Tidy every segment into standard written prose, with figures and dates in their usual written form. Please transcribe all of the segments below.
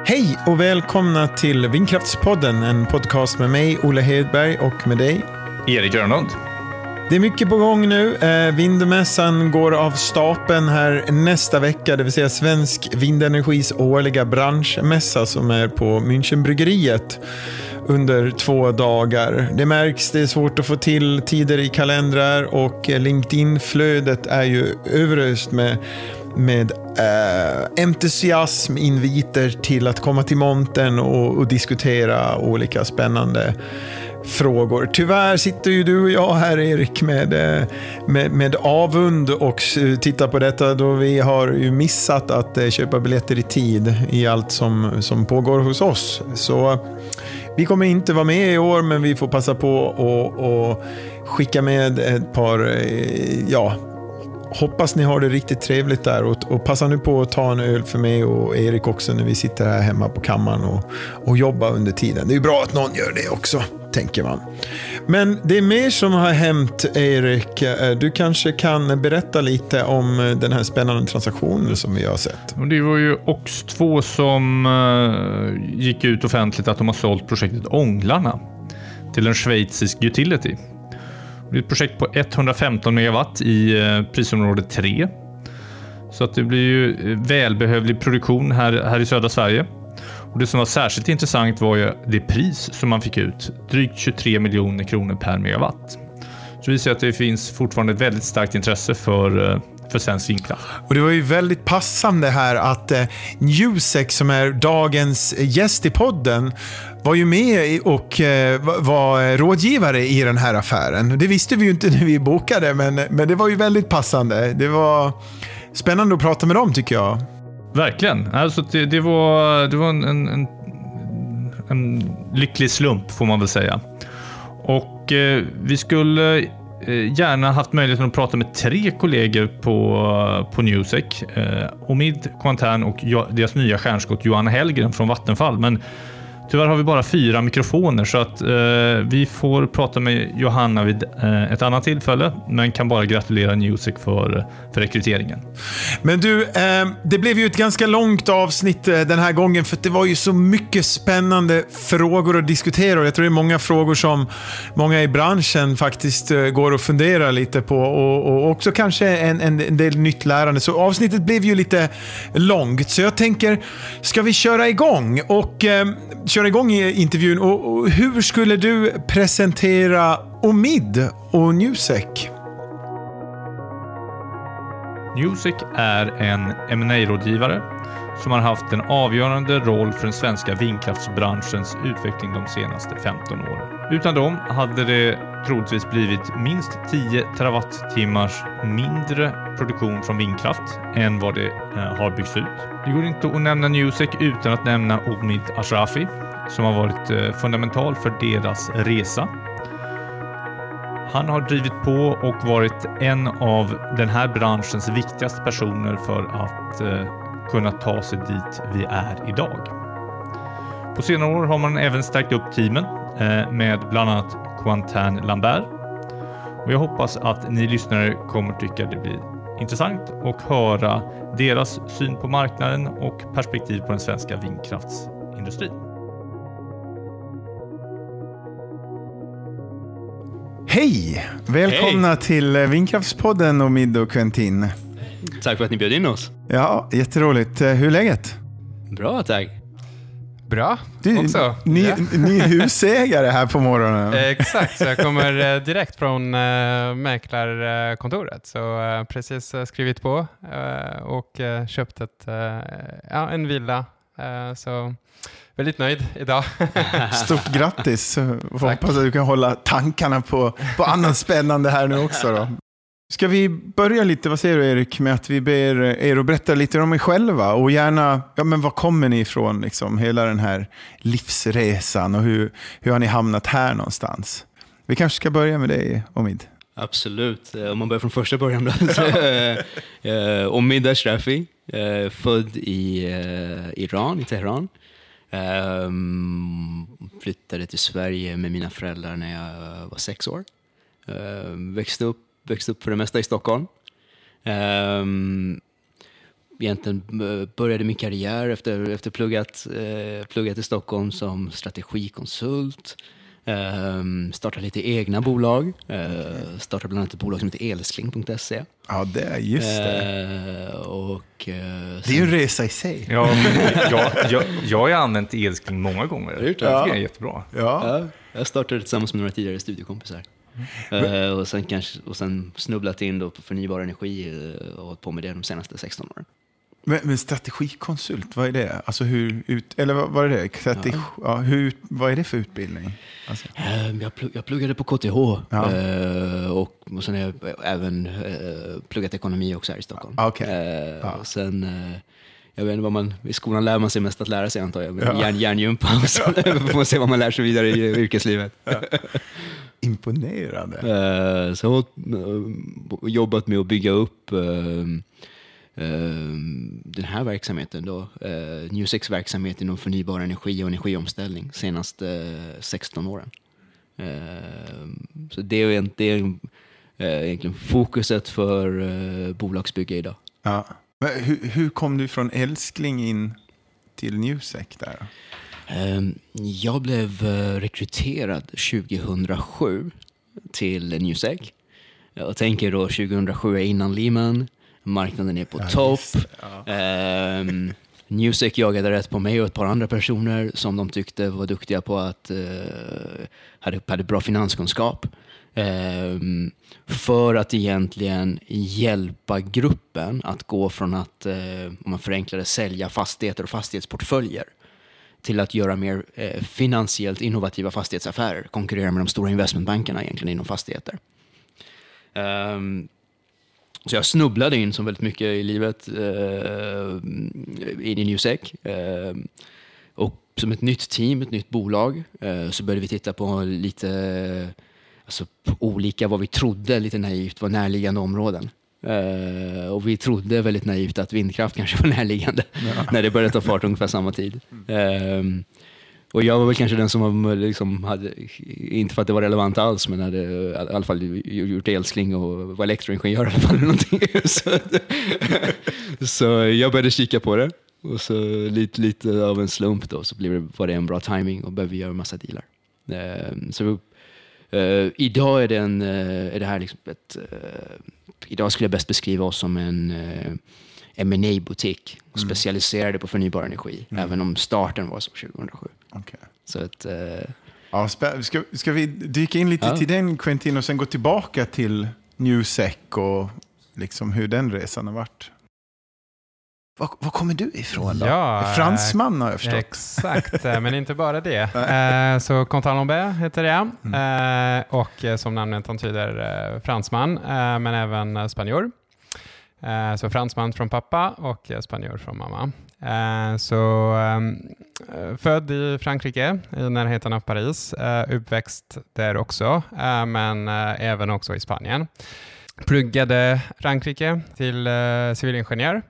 Hej och välkomna till Vindkraftspodden, en podcast med mig, Olle Hedberg, och med dig, Erik Grönlund. Det är mycket på gång nu. Vindmässan går av stapeln här nästa vecka, det vill säga Svensk Vindenergis årliga branschmässa som är på Münchenbryggeriet under 2 dagar. Det märks, det är svårt att få till tider i kalendrar och LinkedIn-flödet är ju överöst med entusiasm, inviter till att komma till montern och diskutera olika spännande frågor. Tyvärr sitter ju du och jag här, Erik, med avund och tittar på detta, då vi har ju missat att köpa biljetter i tid i allt som pågår hos oss. Så vi kommer inte vara med i år, men vi får passa på och skicka med ett par, hoppas ni har det riktigt trevligt där, och passa nu på att ta en öl för mig och Erik också när vi sitter här hemma på kammaren och jobbar under tiden. Det är ju bra att någon gör det också, tänker man. Men det är mer som har hänt, Erik. Du kanske kan berätta lite om den här spännande transaktionen som vi har sett. Och det var ju OX2 som gick ut offentligt att de har sålt projektet Ånglarna till en schweizisk utility. Det är ett projekt på 115 megawatt i prisområde 3. Så att det blir ju välbehövlig produktion här i södra Sverige. Och det som var särskilt intressant var ju det pris som man fick ut. Drygt 23 miljoner kronor per megawatt. Så det visar att det finns fortfarande ett väldigt starkt intresse för svensk vindkraft. Och det var ju väldigt passande här att Newsec, som är dagens gäst i podden, var ju med och var rådgivare i den här affären. Det visste vi ju inte när vi bokade, men det var ju väldigt passande. Det var spännande att prata med dem, tycker jag. Verkligen. Alltså det var en lycklig slump, får man väl säga. Och vi skulle gärna haft möjligheten att prata med 3 kollegor på Newsec. Omid Quantern och deras nya stjärnskott Johanna Hellgren från Vattenfall. Men tyvärr har vi bara 4 mikrofoner, så att vi får prata med Johanna vid ett annat tillfälle, men kan bara gratulera Newsec för rekryteringen. Men du, det blev ju ett ganska långt avsnitt den här gången, för det var ju så mycket spännande frågor att diskutera, och jag tror det är många frågor som många i branschen faktiskt går och funderar lite på, och också kanske en del nytt lärande. Så avsnittet blev ju lite långt, så jag tänker, ska vi köra igång och köra igång i intervjun, och hur skulle du presentera Omid och Newsec? Newsec är en M&A-rådgivare som har haft en avgörande roll för den svenska vindkraftsbranschens utveckling de senaste 15 åren. Utan dem hade det troligtvis blivit minst 10 terawattimmars mindre produktion från vindkraft än vad det har byggts ut. Det går inte att nämna Newsec utan att nämna Omid Ashrafi, som har varit fundamental för deras resa. Han har drivit på och varit en av den här branschens viktigaste personer för att kunna ta sig dit vi är idag. På senare år har man även stärkt upp teamen med bland annat Quantern Lambert. Och jag hoppas att ni lyssnare kommer tycka det blir intressant och höra deras syn på marknaden och perspektiv på den svenska vindkraftsindustrin. Hej! Välkomna till Vindkraftspodden, Omid och Quentin. Tack för att ni bjöd in oss. Ja, jätteroligt. Hur är läget? Bra, tack. Bra, du, också. Ni är husägare här på morgonen. Exakt, så jag kommer direkt från mäklarkontoret. Så precis skrivit på och köpt en villa. Så väldigt nöjd idag. Stort grattis. Hoppas att du kan hålla tankarna på annat spännande här nu också då. Ska vi börja lite, vad säger du Erik, med att vi ber er att berätta lite om er själva och gärna, men var kommer ni ifrån liksom, hela den här livsresan, och hur har ni hamnat här någonstans? Vi kanske ska börja med dig, Omid. Absolut, om man börjar från första början då. Omid Ashrafi, född i Iran, i Teheran. Flyttade till Sverige med mina föräldrar när jag var 6 år. Växte upp för det mesta i Stockholm. egentligen började min karriär efter pluggat i Stockholm som strategikonsult. Startade lite egna bolag. Startade bland annat ett bolag som heter Elskling.se. Ja, det är just det. Det är ju en resa i sig. Ja, jag har använt Elskling många gånger. Jag tycker det är jättebra. Ja. Jag startade tillsammans med några tidigare studiekompisar. Och sen snubblat in då på förnybar energi och hållit på med det de senaste 16 åren. Men strategikonsult, vad är det? Alltså vad är det? Vad är det för utbildning? Alltså. Jag pluggade på KTH och sen har jag även pluggat ekonomi också här i Stockholm. Sen jag vet inte vad man i skolan lär man sig mest att lära sig, antar jag. Järngympa och så får man se vad man lär sig vidare i yrkeslivet. Imponerande. Så jag har jobbat med att bygga upp den här verksamheten då, Newsecs verksamhet inom förnybar energi och energiomställning senaste 16 åren. Så det är egentligen fokuset för bolagsbygge idag. Ja. Men hur kom du från Elskling in till Newsec där? Jag blev rekryterad 2007 till Newsec. Jag tänker då 2007 är innan Lehman. Marknaden är på topp. Newsec jagade rätt på mig och ett par andra personer som de tyckte var duktiga på att hade bra finanskunskap. För att egentligen hjälpa gruppen att gå från att, om man förenklar det, sälja fastigheter och fastighetsportföljer till att göra mer finansiellt innovativa fastighetsaffärer. Konkurrera med de stora investmentbankerna egentligen inom fastigheter. Så jag snubblade in som väldigt mycket i livet in i Newsec. Och som ett nytt team, ett nytt bolag, så började vi titta på lite på olika, vad vi trodde lite naivt var närliggande områden. Och vi trodde väldigt naivt att vindkraft kanske var närliggande när det började ta fart ungefär samma tid. Och jag var väl kanske den som liksom hade, inte för att det var relevant alls, men hade i alla fall gjort Elskling och var elektroingenjör i alla fall. Någonting. Så jag började kika på det. Och så lite av en slump då, så var det en bra timing och började vi göra en massa dealar. Idag är det här liksom idag skulle jag bäst beskriva oss som en M&A-butik specialiserade på förnybar energi, även om starten var som 2007. Okay. Så att, ska vi dyka in lite till den, Quentin, och sen gå tillbaka till Newsec och liksom hur den resan har varit? Var kommer du ifrån då? Ja, fransman har jag förstått. Exakt, men inte bara det. Så Quentin Lambert heter jag. Och som namnet antyder fransman, men även spanjor. Så fransman från pappa och spanjor från mamma. Född i Frankrike, i närheten av Paris. Uppväxt där också, men även också i Spanien. Pluggade Frankrike till civilingenjör.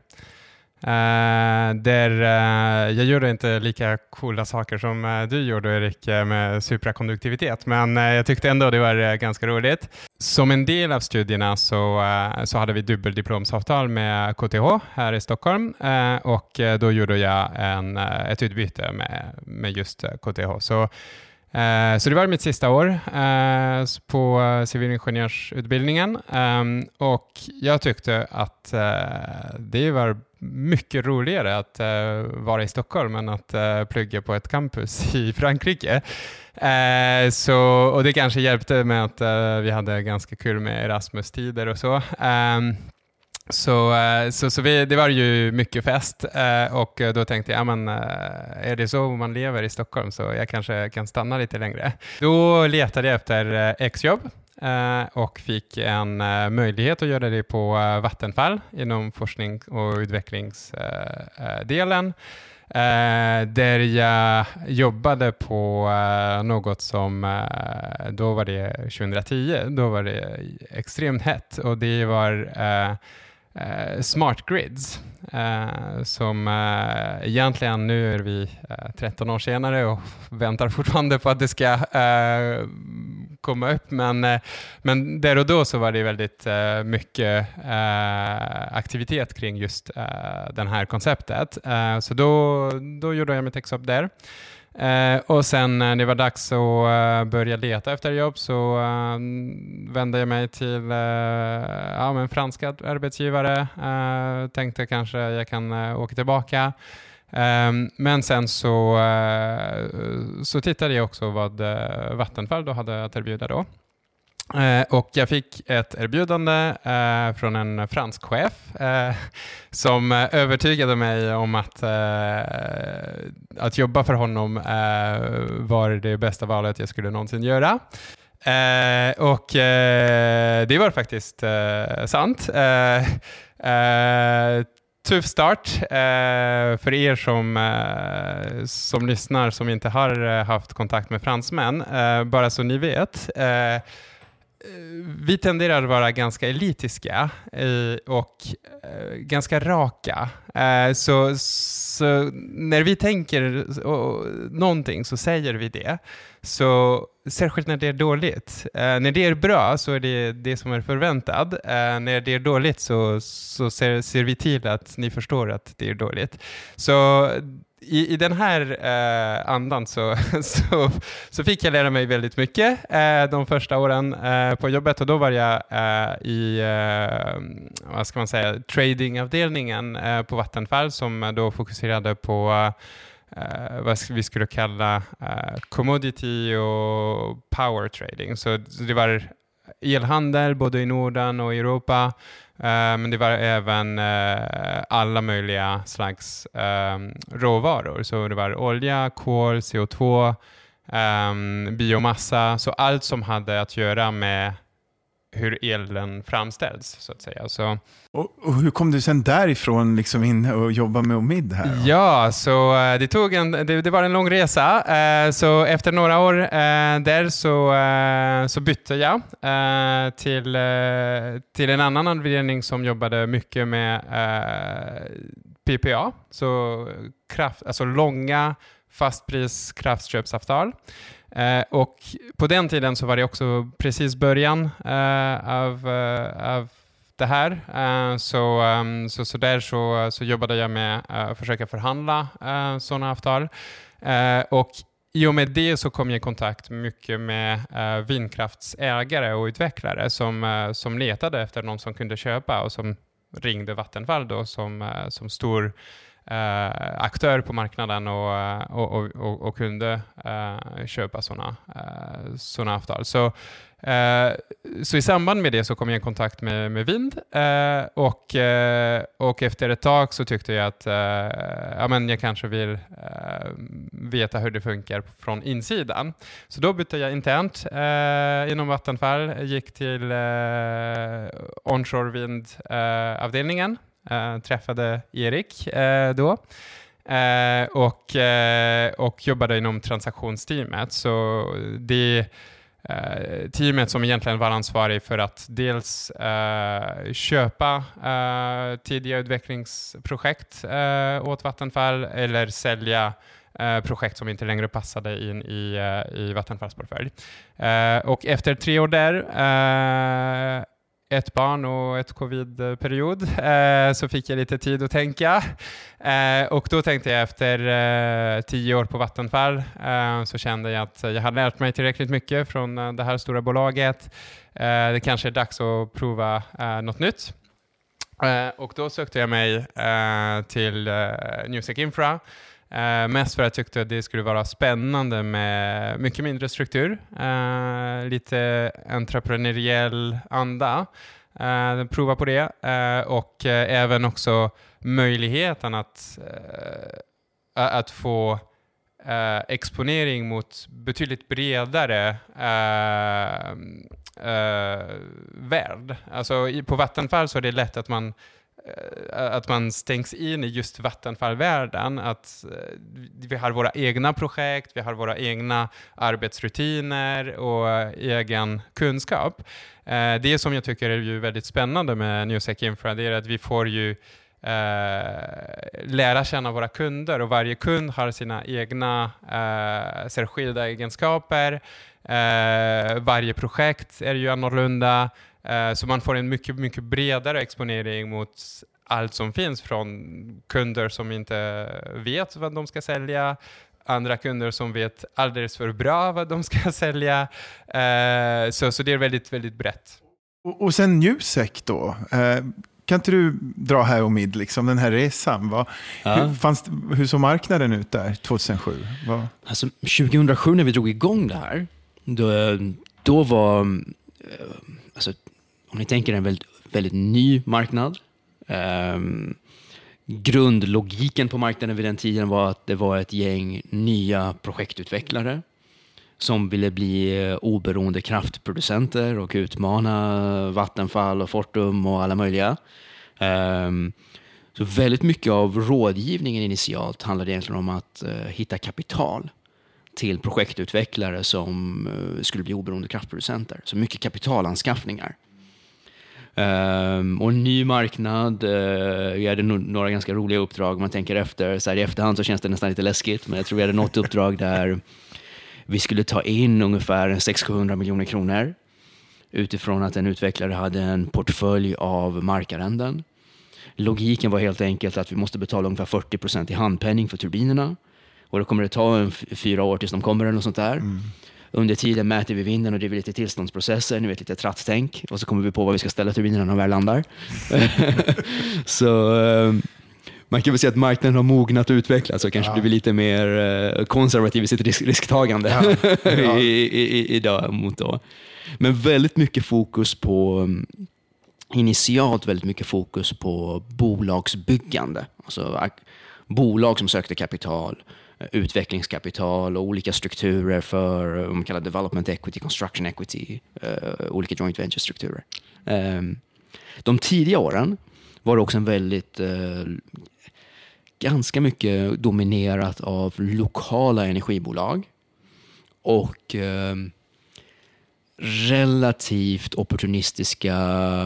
Där jag gjorde inte lika coola saker som du gjorde, Erik, med superkonduktivitet, men jag tyckte ändå det var ganska roligt. Som en del av studierna så hade vi dubbeldiplomsavtal med KTH här i Stockholm, och då gjorde jag ett utbyte med just KTH. Så det var mitt sista år på civilingenjörsutbildningen, och jag tyckte att det var mycket roligare att vara i Stockholm än att plugga på ett campus i Frankrike. Och det kanske hjälpte med att vi hade ganska kul med Erasmus-tider och så. Så det var ju mycket fest, och då tänkte jag, är det så man lever i Stockholm så jag kanske kan stanna lite längre. Då letade jag efter exjobb och fick en möjlighet att göra det på Vattenfall inom forskning och utvecklingsdelen. Där jag jobbade på något som då var det 2010, då var det extremt hett, och det var smart grids, som egentligen nu är vi 13 år senare och väntar fortfarande på att det ska komma upp. Men där och då så var det väldigt mycket aktivitet kring just det här konceptet. Så då gjorde jag mitt exjobb där. Och sen när det var dags att börja leta efter jobb så vände jag mig till en fransk arbetsgivare. Tänkte kanske jag kan åka tillbaka. Men sen så tittade jag också vad Vattenfall då hade att erbjuda då. Och jag fick ett erbjudande från en fransk chef som övertygade mig om att jobba för honom var det bästa valet jag skulle någonsin göra. Och det var faktiskt sant. Tuff start för er som lyssnar som inte har haft kontakt med fransmän. Bara så ni vet. Vi tenderar att vara ganska elitiska och ganska raka. Så när vi tänker någonting så säger vi det. Så särskilt när det är dåligt. När det är bra så är det det som är förväntat. När det är dåligt så ser vi till att ni förstår att det är dåligt. Så i den här andan så fick jag lära mig väldigt mycket de första åren på jobbet, och då var jag i tradingavdelningen på Vattenfall som då fokuserade på vad vi skulle kalla commodity och power trading. Så det var elhandel både i Norden och i Europa. Men det var även alla möjliga slags råvaror. Så det var olja, kol, CO2, biomassa. Så allt som hade att göra med hur elen framställs, så att säga. Så, och hur kom du sen därifrån liksom in och jobba med Omid här då? Ja, så det var en lång resa. Så efter några år där så bytte jag till en annan avdelning som jobbade mycket med PPA, så alltså långa fastpris kraftköpsavtal. Och på den tiden så var det också precis början av det här. Så där så jobbade jag med att försöka förhandla sådana avtal. Och i och med det så kom jag i kontakt mycket med vindkraftsägare och utvecklare som letade efter någon som kunde köpa, och som ringde Vattenfall då som stor aktör på marknaden och kunde köpa såna avtal. Så i samband med det så kom jag i kontakt med vind och efter ett tag så tyckte jag att jag kanske vill veta hur det funkar från insidan. Så då bytte jag internt inom Vattenfall, gick till onshore vindavdelningen. Träffade Erik då och jobbade inom transaktionsteamet. Så det teamet som egentligen var ansvarig för att dels köpa tidiga utvecklingsprojekt åt Vattenfall eller sälja projekt som inte längre passade in i Vattenfalls portfölj. Och efter 3 år där, ett barn och ett covid-period, så fick jag lite tid att tänka. Och då tänkte jag efter 10 år på Vattenfall så kände jag att jag hade lärt mig tillräckligt mycket från det här stora bolaget. Det kanske är dags att prova något nytt. Och då sökte jag mig till Newsec Infra. Mest för att jag tyckte att det skulle vara spännande med mycket mindre struktur, lite entreprenöriell anda, prova på det, och även också möjligheten att få exponering mot betydligt bredare värld. Alltså på Vattenfall så är det lätt att man stängs in i just Vattenfall-världen, att vi har våra egna projekt, vi har våra egna arbetsrutiner och egen kunskap. Det som jag tycker är ju väldigt spännande med Newsec Infra, det är att vi får ju lära känna våra kunder, och varje kund har sina egna särskilda egenskaper. Varje projekt är ju annorlunda, så man får en mycket, mycket bredare exponering mot allt som finns, från kunder som inte vet vad de ska sälja, andra kunder som vet alldeles för bra vad de ska sälja. Så det är väldigt, väldigt brett. Och sen Newsec då. Kan inte du dra här och med liksom, den här resan? Hur såg marknaden ut där 2007? Alltså, 2007 när vi drog igång det här, då var, alltså, om ni tänker en väldigt, väldigt ny marknad. Grundlogiken på marknaden vid den tiden var att det var ett gäng nya projektutvecklare som ville bli oberoende kraftproducenter och utmana Vattenfall och Fortum och alla möjliga. Så väldigt mycket av rådgivningen initialt handlade egentligen om att hitta kapital till projektutvecklare som skulle bli oberoende kraftproducenter. Så mycket kapitalanskaffningar. Och en ny marknad. Vi hade några ganska roliga uppdrag. Man tänker efter, så här i efterhand så känns det nästan lite läskigt, men jag tror vi hade något uppdrag där vi skulle ta in ungefär 600-700 miljoner kronor utifrån att en utvecklare hade en portfölj av markarrenden. Logiken var helt enkelt att vi måste betala ungefär 40% i handpenning för turbinerna, och då kommer det ta 4 år tills de kommer eller något sånt där. Under tiden mäter vi vinden och driver lite tillståndsprocesser, ni vet, lite trattstänk, och så kommer vi på vad vi ska ställa turbinerna när de väl landar. Så man kan väl säga att marknaden har mognat och utvecklats, så kanske blir lite mer konservativ i sitt risktagande idag mot då. Men väldigt mycket fokus på, initialt väldigt mycket fokus på bolagsbyggande. Alltså bolag som sökte kapital, utvecklingskapital och olika strukturer för vad man kallar development equity, construction equity, olika joint venture-strukturer. De tidiga åren var det också en väldigt ganska mycket dominerat av lokala energibolag och relativt opportunistiska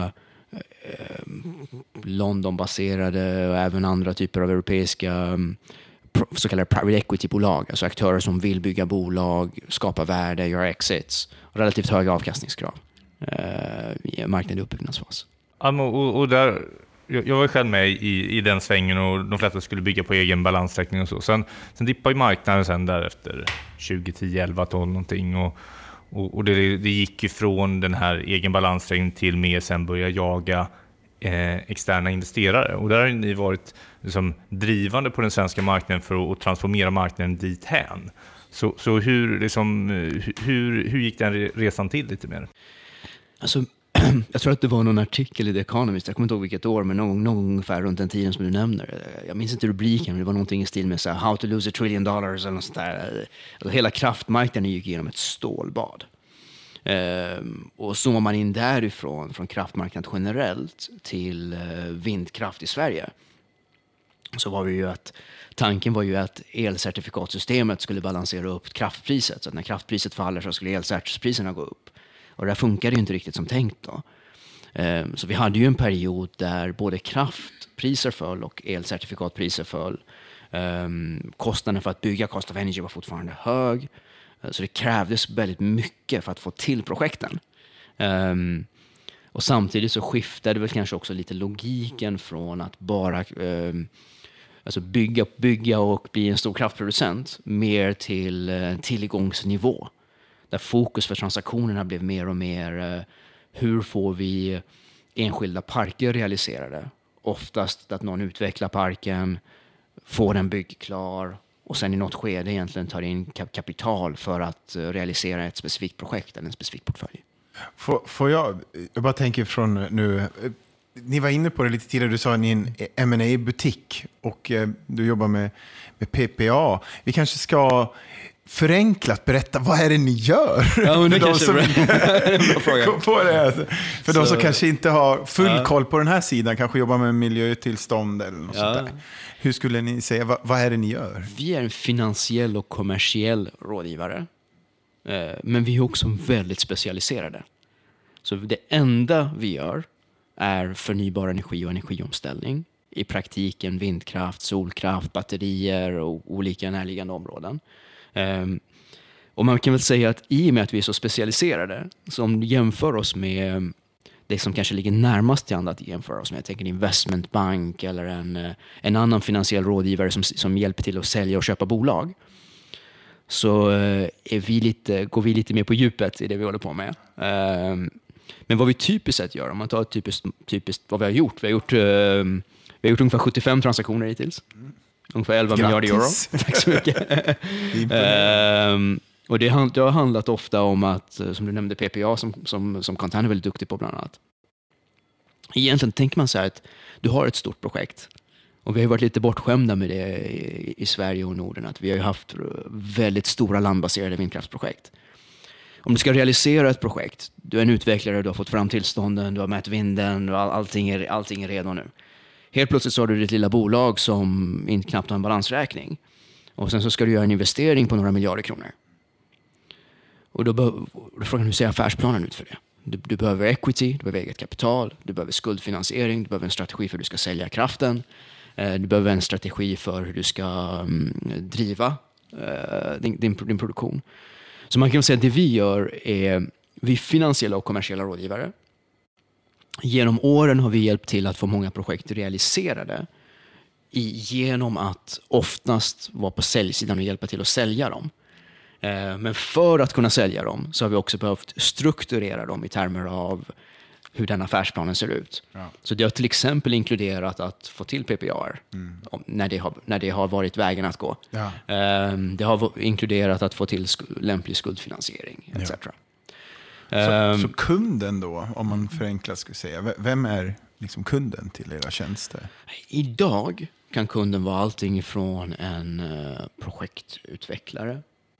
London-baserade och även andra typer av europeiska så kallade private equity-bolag, alltså aktörer som vill bygga bolag, skapa värde, göra exits, relativt höga avkastningskrav i marknaden i uppbyggnadsfas. Och där, jag var själv med i den svängen, och de flesta skulle bygga på egen balansräkning och så. Sen dippade ju marknaden sen därefter 2010, 11, 12 någonting, och det gick ju från den här egen balansräkning till mer sen börja jaga externa investerare. Och där har ni varit liksom drivande på den svenska marknaden för att transformera marknaden dit hän. Så hur gick den resan till lite mer? Alltså, jag tror att det var någon artikel i The Economist, jag kommer inte ihåg vilket år, men någon ungefär runt den tiden som du nämner. Jag minns inte rubriken, men det var någonting i stil med så här, How to lose $1 trillion eller något sånt där. Alltså, hela kraftmarknaden gick igenom ett stålbad. Och zoomar man in därifrån, från kraftmarknaden generellt till vindkraft i Sverige, så var det ju att tanken var ju att elcertifikatsystemet skulle balansera upp kraftpriset. Så att när kraftpriset faller så skulle elcertifikatpriserna gå upp. Och det funkade ju inte riktigt som tänkt då. Så vi hade ju en period där både kraftpriser föll och elcertifikatpriser föll. Kostnaden för att bygga Cost of Energy var fortfarande hög. Så det krävdes väldigt mycket för att få till projekten. Och samtidigt så skiftade väl kanske också lite logiken från att bara alltså bygga och bli en stor kraftproducent mer till tillgångsnivå. Där fokus för transaktionerna blev mer och mer hur får vi enskilda parker realiserade. Oftast att någon utvecklar parken, får den byggklar och sen i något skede egentligen tar in kapital för att realisera ett specifikt projekt eller en specifik portfölj. Får jag bara tänker från nu, ni var inne på det lite tidigare, du sa att ni är en M&A-butik och du jobbar med PPA. Vi kanske ska förenklat berätta, vad är det ni gör? Ja, men det kanske för de som kanske inte har full koll på den här sidan, kanske jobbar med miljötillstånd eller något sånt där. Hur skulle ni säga, vad är det ni gör? Vi är en finansiell och kommersiell rådgivare. Men vi är också väldigt specialiserade. Så det enda vi gör är förnybar energi och energiomställning i praktiken vindkraft, solkraft, batterier och olika närliggande områden. Och man kan väl säga att i och med att vi är så specialiserade, som jämför oss med det som kanske ligger närmast till att jämföra oss med, jag tänker en investmentbank eller en annan finansiell rådgivare som hjälper till att sälja och köpa bolag, så går vi lite mer på djupet i det vi håller på med. Men vad vi typiskt sett gör, om man tar typiskt vad vi har gjort. Vi har gjort ungefär 75 transaktioner hittills. Ungefär 11 miljarder euro. Tack så mycket. Och det har handlat ofta om att, som du nämnde, PPA som Contan är väldigt duktig på bland annat. Egentligen tänker man så här att du har ett stort projekt. Och vi har varit lite bortskämda med det i Sverige och Norden. Att vi har haft väldigt stora landbaserade vindkraftsprojekt. Om du ska realisera ett projekt, du är en utvecklare, du har fått fram tillstånden, du har mätt vinden, och allting är redo nu. Helt plötsligt så har du ditt lilla bolag som inte knappt har en balansräkning. Och sen så ska du göra en investering på några miljarder kronor. Och då frågan, hur ser affärsplanen ut för det? Du behöver equity, du behöver eget kapital, du behöver skuldfinansiering, du behöver en strategi för hur du ska sälja kraften. Du behöver en strategi för hur du ska driva din produktion. Så man kan säga att det vi gör är, vi finansiella och kommersiella rådgivare. Genom åren har vi hjälpt till att få många projekt realiserade genom att oftast vara på säljsidan och hjälpa till att sälja dem. Men för att kunna sälja dem så har vi också behövt strukturera dem i termer av hur den affärsplanen ser ut. Ja. Så det har till exempel inkluderat att få till PPAR när det har varit vägen att gå. Ja. Det har inkluderat att få till lämplig skuldfinansiering etc. Ja. Så kunden då, om man förenklat skulle säga, vem är liksom kunden till era tjänster? Idag kan kunden vara allting ifrån en projektutvecklare.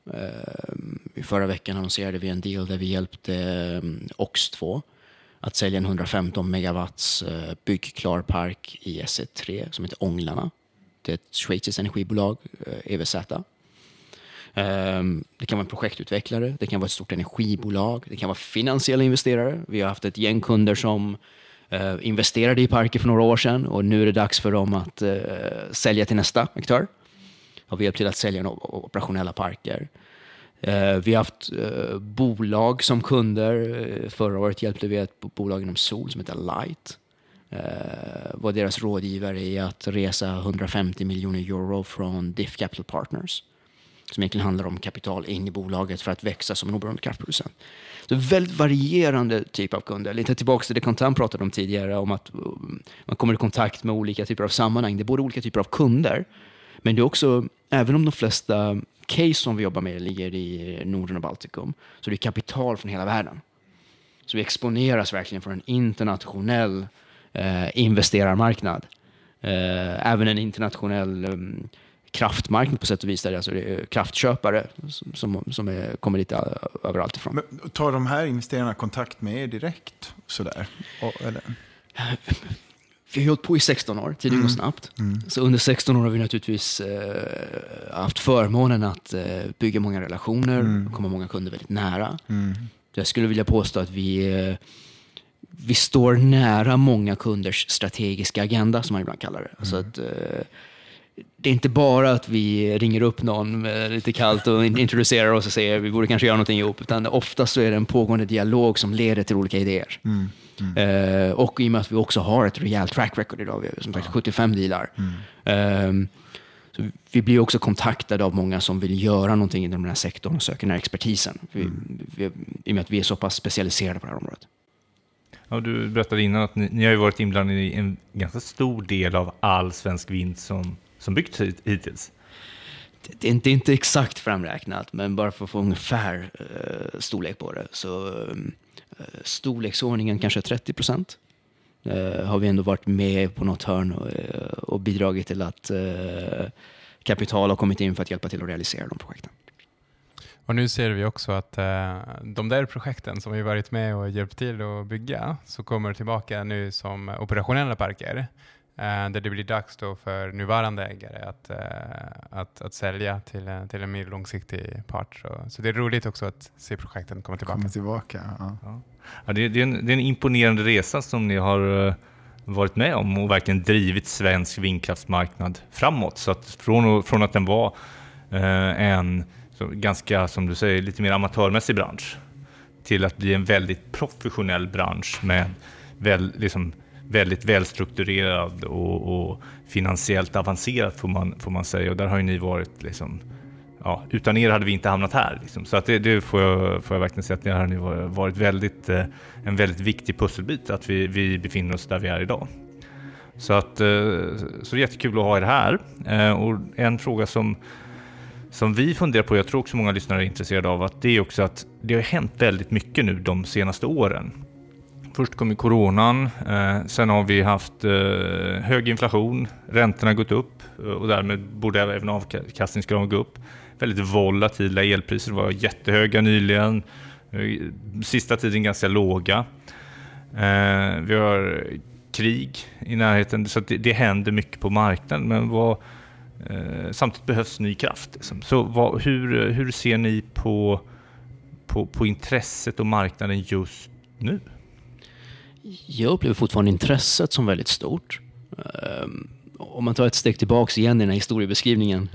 I förra veckan annonserade vi en deal där vi hjälpte OX2 att sälja en 115 megawatts byggklar park i SE3 som heter Ånglarna. Det är ett schweiziskt energibolag, EWZ. Det kan vara en projektutvecklare, det kan vara ett stort energibolag, det kan vara finansiella investerare. Vi har haft ett gäng kunder som investerade i parker för några år sedan och nu är det dags för dem att sälja till nästa aktör. Och vi har hjälpt till att sälja operationella parker. Vi har haft bolag som kunder. Förra året hjälpte vi ett bolag inom sol som heter Light. Var deras rådgivare i att resa 150 miljoner euro från Diff Capital Partners. Som egentligen handlar om kapital in i bolaget för att växa som en oberoende kraftproducent. Så väldigt varierande typ av kunder. Lite tillbaka till det Contan pratade om tidigare. Om att man kommer i kontakt med olika typer av sammanhang. Det är både olika typer av kunder. Men det är också, även om de flesta case som vi jobbar med ligger i Norden och Baltikum, så det är kapital från hela världen. Så vi exponeras verkligen för en internationell investerarmarknad. Även en internationell kraftmarknad på sätt och vis. Där alltså det är kraftköpare som kommer lite överallt ifrån. Men tar de här investerarna kontakt med er direkt? Sådär? Eller? Vi har hållit på i 16 år, tiden går snabbt. Så under 16 år har vi naturligtvis haft förmånen att bygga många relationer och komma många kunder väldigt nära. Jag skulle vilja påstå att vi står nära många kunders strategiska agenda, som man ibland kallar det. Alltså att, det är inte bara att vi ringer upp någon lite kallt och introducerar oss och säger vi borde kanske göra någonting ihop, utan oftast så är det en pågående dialog som leder till olika idéer. Och i och med att vi också har ett rejält track record idag, vi har som sagt 75 dealar. Så vi blir också kontaktade av många som vill göra någonting inom den här sektorn och söker den här expertisen. I och med att vi är så pass specialiserade på det här området. Ja, du berättade innan att ni har ju varit inblandade i en ganska stor del av all svensk vind som byggts hittills. Det är inte exakt framräknat, men bara för att få ungefär storlek på det. Så storleksordningen kanske 30%. Har vi ändå varit med på något hörn och bidragit till att kapital har kommit in för att hjälpa till att realisera de projekten. Och nu ser vi också att de där projekten som vi varit med och hjälpt till att bygga så kommer tillbaka nu som operationella parker. Där det blir dags då för nuvarande ägare att sälja till en mer långsiktig part. Så det är roligt också att se projekten komma tillbaka. Ja. Ja, det är en imponerande resa som ni har varit med om och verkligen drivit svensk vindkraftsmarknad framåt. Så att från att den var en ganska, som du säger, lite mer amatörmässig bransch till att bli en väldigt professionell bransch med väldigt välstrukturerad och finansiellt avancerad får man säga. Och där har ju ni varit liksom, ja, utan er hade vi inte hamnat här. Liksom. Så att det får jag verkligen säga att det har ni varit en väldigt viktig pusselbit att vi befinner oss där vi är idag. Så det är jättekul att ha er här. Och en fråga som vi funderar på, jag tror också många lyssnare är intresserade av, att det är också att det har hänt väldigt mycket nu de senaste åren. Först kom ju coronan, sen har vi haft hög inflation, räntorna har gått upp och därmed borde även avkastningsgraden gå upp. Väldigt volatila elpriser var jättehöga nyligen, sista tiden ganska låga. Vi har krig i närheten, så att det händer mycket på marknaden, men samtidigt behövs ny kraft. Liksom. Så hur ser ni på intresset och marknaden just nu? Jag upplever fortfarande intresset som väldigt stort. Om man tar ett steg tillbaka igen i den här historiebeskrivningen.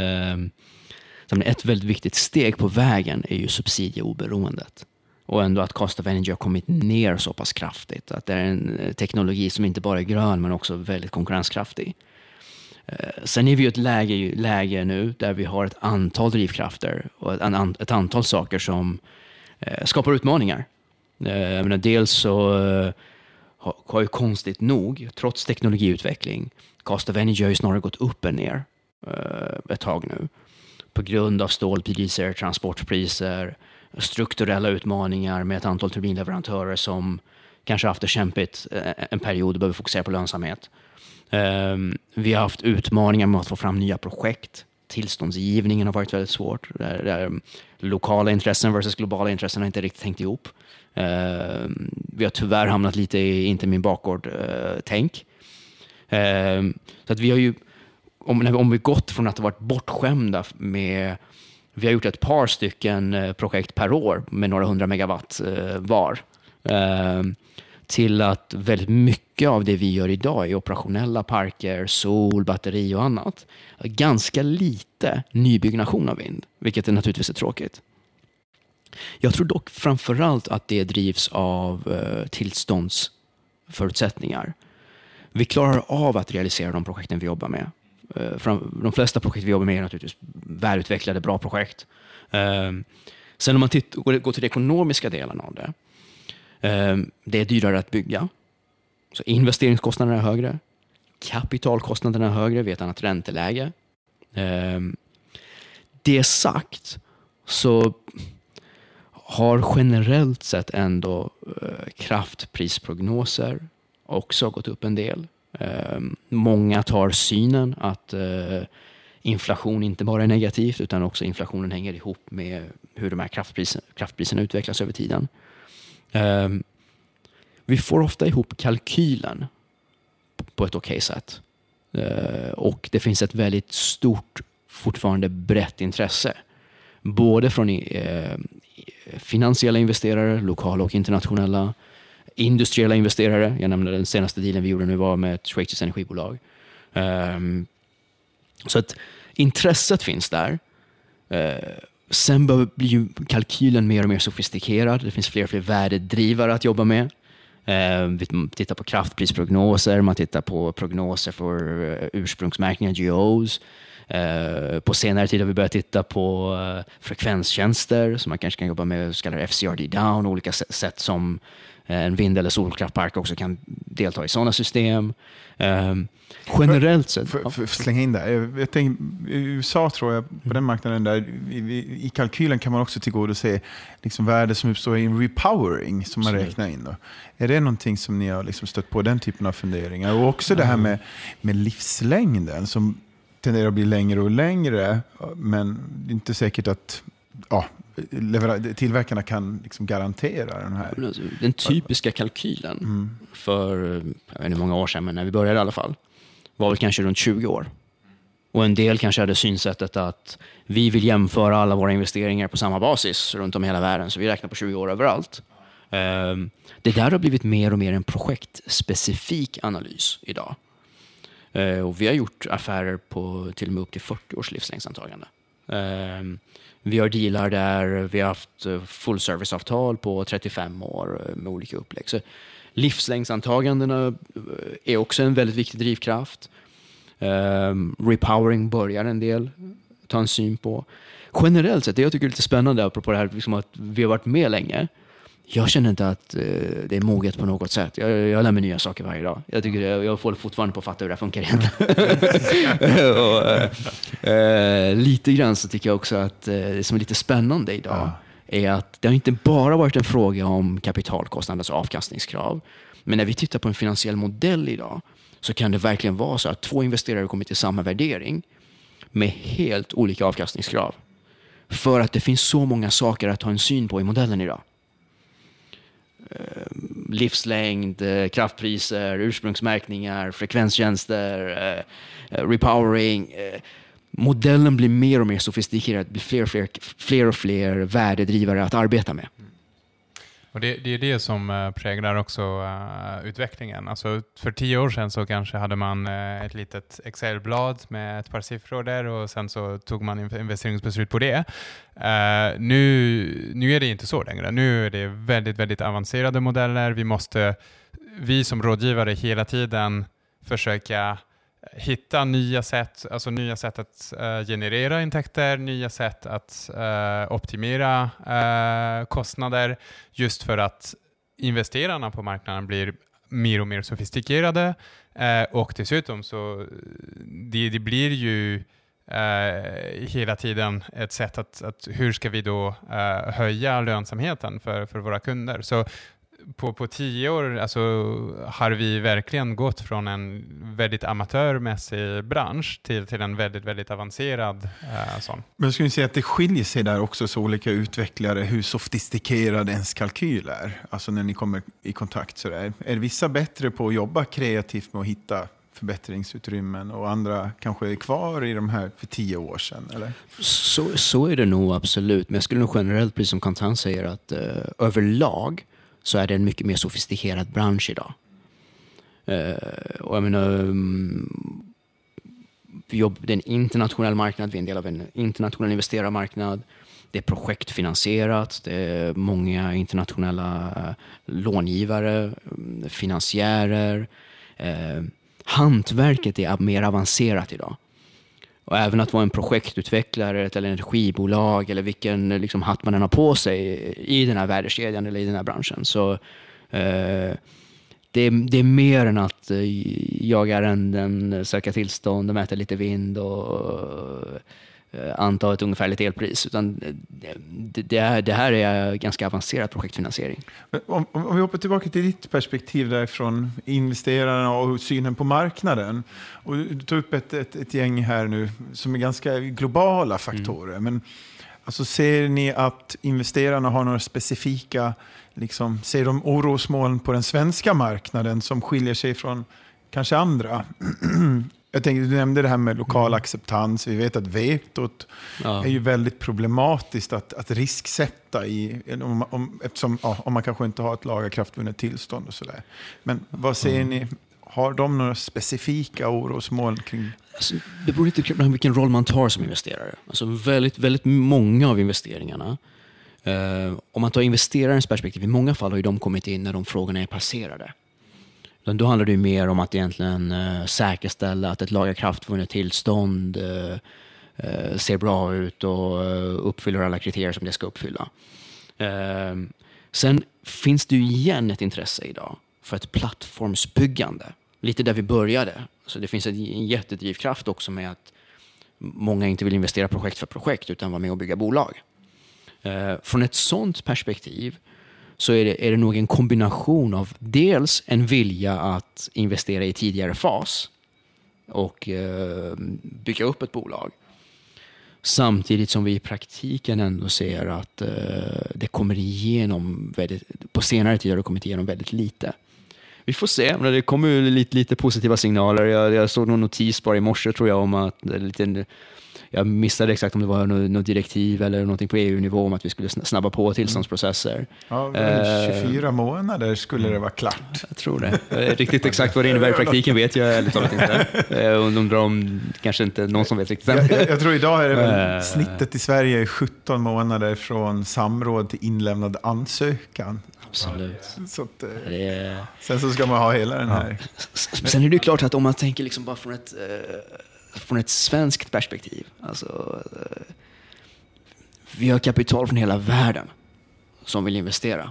Ett väldigt viktigt steg på vägen är ju subsidieoberoendet. Och ändå att cost of energy har kommit ner så pass kraftigt. Att det är en teknologi som inte bara är grön men också väldigt konkurrenskraftig. Sen är vi ju ett läge nu där vi har ett antal drivkrafter och ett antal saker som skapar utmaningar. Dels så har ju konstigt nog, trots teknologiutveckling, cost of energy har ju snarare gått upp än ner ett tag nu. På grund av stålpriser, transportpriser, strukturella utmaningar med ett antal turbinleverantörer som kanske haft det kämpigt en period och behöver fokusera på lönsamhet. Vi har haft utmaningar med att få fram nya projekt. Tillståndsgivningen har varit väldigt svårt. Där lokala intressen versus globala intressen har inte riktigt hängt ihop. Vi har tyvärr hamnat lite i inte min bakgård-tänk. Så att vi har ju, om vi gått från att ha varit bortskämda med, vi har gjort ett par stycken projekt per år med några 100 megawatt var. Till att väldigt mycket av det vi gör idag är operationella parker, sol, batteri och annat. Ganska lite nybyggnation av vind, vilket är naturligtvis är tråkigt. Jag tror dock framförallt att det drivs av tillståndsförutsättningar. Vi klarar av att realisera de projekten vi jobbar med. De flesta projekt vi jobbar med är naturligtvis välutvecklade, bra projekt. Sen om man går till den ekonomiska delen av det. Det är dyrare att bygga. Så investeringskostnaderna är högre. Kapitalkostnaderna är högre vid ett annat ränteläge. Det sagt så har generellt sett ändå kraftprisprognoser också gått upp en del. Många tar synen att inflation inte bara är negativt utan också inflationen hänger ihop med hur de här kraftpriserna utvecklas över tiden. Vi får ofta ihop kalkylen på ett okej sätt. Och det finns ett väldigt stort, fortfarande brett intresse. Både från finansiella investerare, lokala och internationella, industriella investerare. Jag nämnde den senaste dealen vi gjorde nu var med ett schweiziskt energibolag. Så att intresset finns där. Sen blir ju kalkylen mer och mer sofistikerad. Det finns fler och fler värdedrivare att jobba med. Vi tittar på kraftprisprognoser, man tittar på prognoser för ursprungsmärkningar, GOs. På senare tid har vi börjat titta på frekvenstjänster som man kanske kan jobba med, så kallade FCRD down, olika sätt som en vind- eller solkraftpark också kan delta i sådana system. Generellt sett. Slänga in där. Jag tänker, i USA tror jag på den marknaden där i kalkylen kan man också tillgodose liksom värde som uppstår i en repowering som man räknar in då. Är det någonting som ni har liksom stött på, den typen av funderingar? Och också det här med livslängden som tenderar att bli längre och längre, men det är inte säkert att tillverkarna kan liksom garantera den här. Den typiska kalkylen för, jag vet inte många år sedan, men när vi började i alla fall, var väl kanske runt 20 år. Och en del kanske hade synsättet att vi vill jämföra alla våra investeringar på samma basis runt om i hela världen, så vi räknar på 20 år överallt. Det där har blivit mer och mer en projektspecifik analys idag. Och vi har gjort affärer på till och med upp till 40 års livslängdsantagande. Vi har dealar där vi har haft full serviceavtal på 35 år med olika upplägg. Så livslängdsantagandena är också en väldigt viktig drivkraft. Repowering börjar en del ta en syn på. Generellt sett, det jag tycker är lite spännande apropå det här liksom att vi har varit med länge. Jag känner inte att det är moget på något sätt. Jag lär mig nya saker varje dag. Jag får fortfarande på att fatta hur det funkar och, lite grann så tycker jag också att det som är lite spännande idag är att det har inte bara varit en fråga om kapitalkostnader, alltså avkastningskrav. Men när vi tittar på en finansiell modell idag så kan det verkligen vara så att 2 investerare kommer till samma värdering med helt olika avkastningskrav. För att det finns så många saker att ta en syn på i modellen idag. Livslängd, kraftpriser, ursprungsmärkningar, frekvenstjänster, repowering. Modellen blir mer och mer sofistikerad, blir fler och fler värdedrivare att arbeta med. Och det är det som präglar också utvecklingen. Alltså för 10 år sedan så kanske hade man ett litet Excel-blad med ett par siffror där och sen så tog man investeringsbeslut på det. Nu är det inte så längre. Nu är det väldigt, väldigt avancerade modeller. Vi som rådgivare hela tiden försöka hitta nya sätt att generera intäkter, nya sätt att optimera kostnader, just för att investerarna på marknaden blir mer och mer sofistikerade och dessutom så det blir ju hela tiden ett sätt att hur ska vi då höja lönsamheten för våra kunder. Så på 10 år alltså, har vi verkligen gått från en väldigt amatörmässig bransch till en väldigt, väldigt avancerad sån. Men jag skulle säga att det skiljer sig där också så olika utvecklare hur sofistikerad ens kalkyl är. Alltså när ni kommer i kontakt så där. Är vissa bättre på att jobba kreativt med att hitta förbättringsutrymmen och andra kanske är kvar i de här för 10 år sedan, eller? Så är det nog absolut. Men jag skulle nog generellt, precis som Kantan säger, att överlag så är det en mycket mer sofistikerad bransch idag. Och jag menar, det är en internationell marknad, vi är en del av en internationell investerarmarknad. Det är projektfinansierat, det är många internationella långivare, finansiärer. Hantverket är mer avancerat idag. Och även att vara en projektutvecklare eller energibolag eller vilken liksom hatt man än har på sig i den här värdekedjan eller i den här branschen. Så det är mer än att jaga ärenden, söka tillstånd, mäta lite vind och anta ett ungefärligt elpris. Utan det här är ganska avancerad projektfinansiering. Om vi hoppar tillbaka till ditt perspektiv därifrån investerarna och synen på marknaden. Och du tog upp ett gäng här nu som är ganska globala faktorer. Men alltså, ser ni att investerarna har några specifika, liksom, ser de orosmoln på den svenska marknaden som skiljer sig från kanske andra? Jag tänkte, du nämnde det här med lokal acceptans. Vi vet att vetot är ju väldigt problematiskt att risksätta eftersom man kanske inte har ett lagakraftvunnet tillstånd och sådär. Men vad säger ni? Har de några specifika orosmål kring? Alltså, det beror lite på vilken roll man tar som investerare. Alltså väldigt, väldigt många av investeringarna, om man tar investerarens perspektiv, i många fall har ju de kommit in när de frågorna är passerade. Då handlar det ju mer om att egentligen säkerställa att ett lagakraftvunnet tillstånd ser bra ut och uppfyller alla kriterier som det ska uppfylla. Sen finns det ju igen ett intresse idag för ett plattformsbyggande. Lite där vi började. Så det finns en jättedrivkraft också med att många inte vill investera projekt för projekt utan vara med och bygga bolag. Från ett sådant perspektiv så är det nog en kombination av dels en vilja att investera i tidigare fas och bygga upp ett bolag. Samtidigt som vi i praktiken ändå ser att det kommer igenom på senare tid har det kommit igenom väldigt lite. Vi får se, men det kommer ju lite positiva signaler. Jag såg någon notis bara i morse tror jag om att jag missade exakt om det var något direktiv eller någonting på EU-nivå om att vi skulle snabba på tillståndsprocesser. Ja, 24 månader skulle det vara klart. Jag tror det. Riktigt exakt vad det innebär i praktiken vet jag ärligt talat inte. Undrar om kanske inte någon som vet riktigt. Jag tror idag är det väl snittet i Sverige är 17 månader från samråd till inlämnad ansökan. Absolut. Så att, sen så ska man ha hela den här. Sen är det ju klart att om man tänker liksom bara från ett svenskt perspektiv. Alltså, vi har kapital från hela världen som vill investera.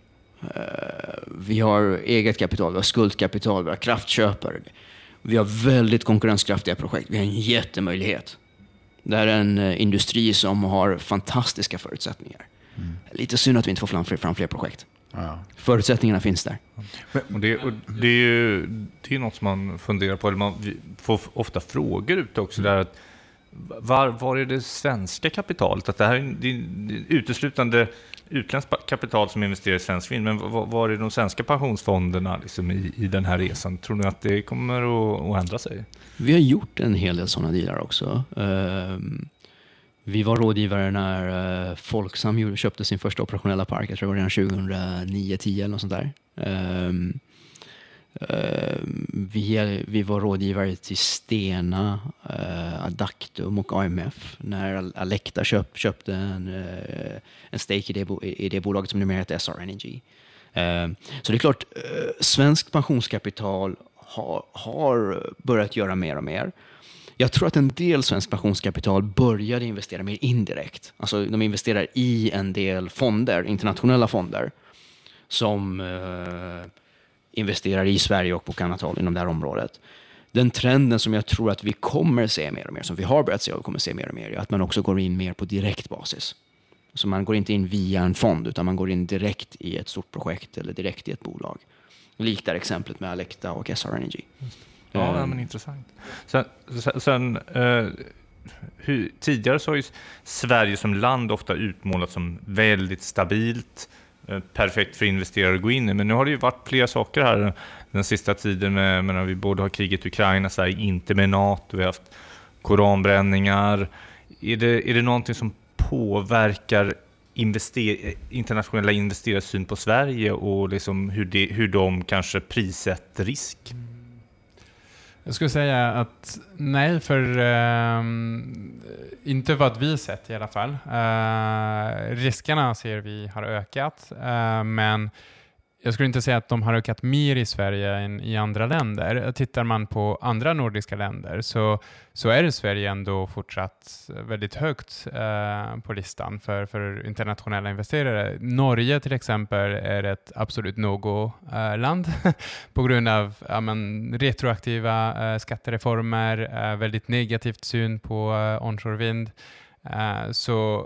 Vi har eget kapital, vi har skuldkapital, vi har kraftköpare. Vi har väldigt konkurrenskraftiga projekt. Vi har en jättemöjlighet. Det här är en industri som har fantastiska förutsättningar. Lite synd att vi inte får fram fler projekt. Ja. Förutsättningarna finns där. Och det är något som man funderar på, eller man får ofta frågor ut också där att var är det svenska kapitalet? Att det här är uteslutande utländskt kapital som investerar i svensk vind, men var är de svenska pensionsfonderna liksom i den här resan? Tror ni att det kommer att ändra sig? Vi har gjort en hel del sådana dealar också. Vi var rådgivare när Folksam köpte sin första operationella park. Jag tror det var redan 2009-10 eller något sånt där. Vi var rådgivare till Stena, Adactum och AMF när Alecta köpte en stake i det bolaget som numera heter SR Energy. Så det är klart, svensk pensionskapital har börjat göra mer och mer. Jag tror att en del svensk pensionskapital började investera mer indirekt. Alltså de investerar i en del fonder, internationella fonder, som investerar i Sverige och på annat håll inom det här området. Den trenden som jag tror att vi kommer se mer och mer, som vi har börjat se och kommer se mer och mer, är att man också går in mer på direkt basis. Så man går inte in via en fond, utan man går in direkt i ett stort projekt eller direkt i ett bolag. Liknar exemplet med Alecta och SR Energy. Ja, men intressant. Sen tidigare så har ju Sverige som land ofta utmålat som väldigt stabilt, perfekt för investerare att gå in i. Men nu har det ju varit flera saker här den sista tiden. Med vi både har kriget i Ukraina, Sverige inte med NATO, vi har haft koranbränningar. Är det någonting som påverkar internationella investerares syn på Sverige och liksom hur de kanske prissätter risk? Jag skulle säga att nej, för inte vad vi sett i alla fall. Riskerna ser vi har ökat, men jag skulle inte säga att de har ökat mer i Sverige än i andra länder. Tittar man på andra nordiska länder så är det Sverige ändå fortsatt väldigt högt på listan för internationella investerare. Norge till exempel är ett absolut no-go-land på grund av retroaktiva skattereformer, väldigt negativt syn på onshore vind. Så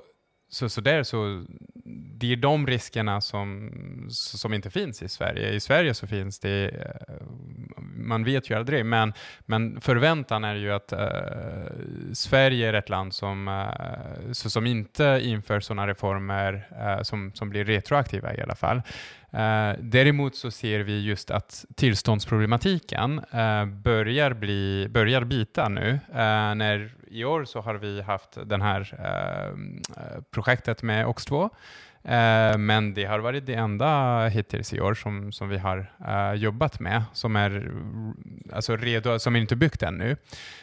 det är de riskerna som inte finns i Sverige. I Sverige så finns det, man vet ju aldrig, men förväntan är ju att Sverige är ett land som inte inför sådana reformer som blir retroaktiva i alla fall. Däremot så ser vi just att tillståndsproblematiken börjar bita nu. När i år så har vi haft den här projektet med OX2. Men det har varit det enda hittills i år som vi har jobbat med, som är alltså redo, som är inte byggt ännu.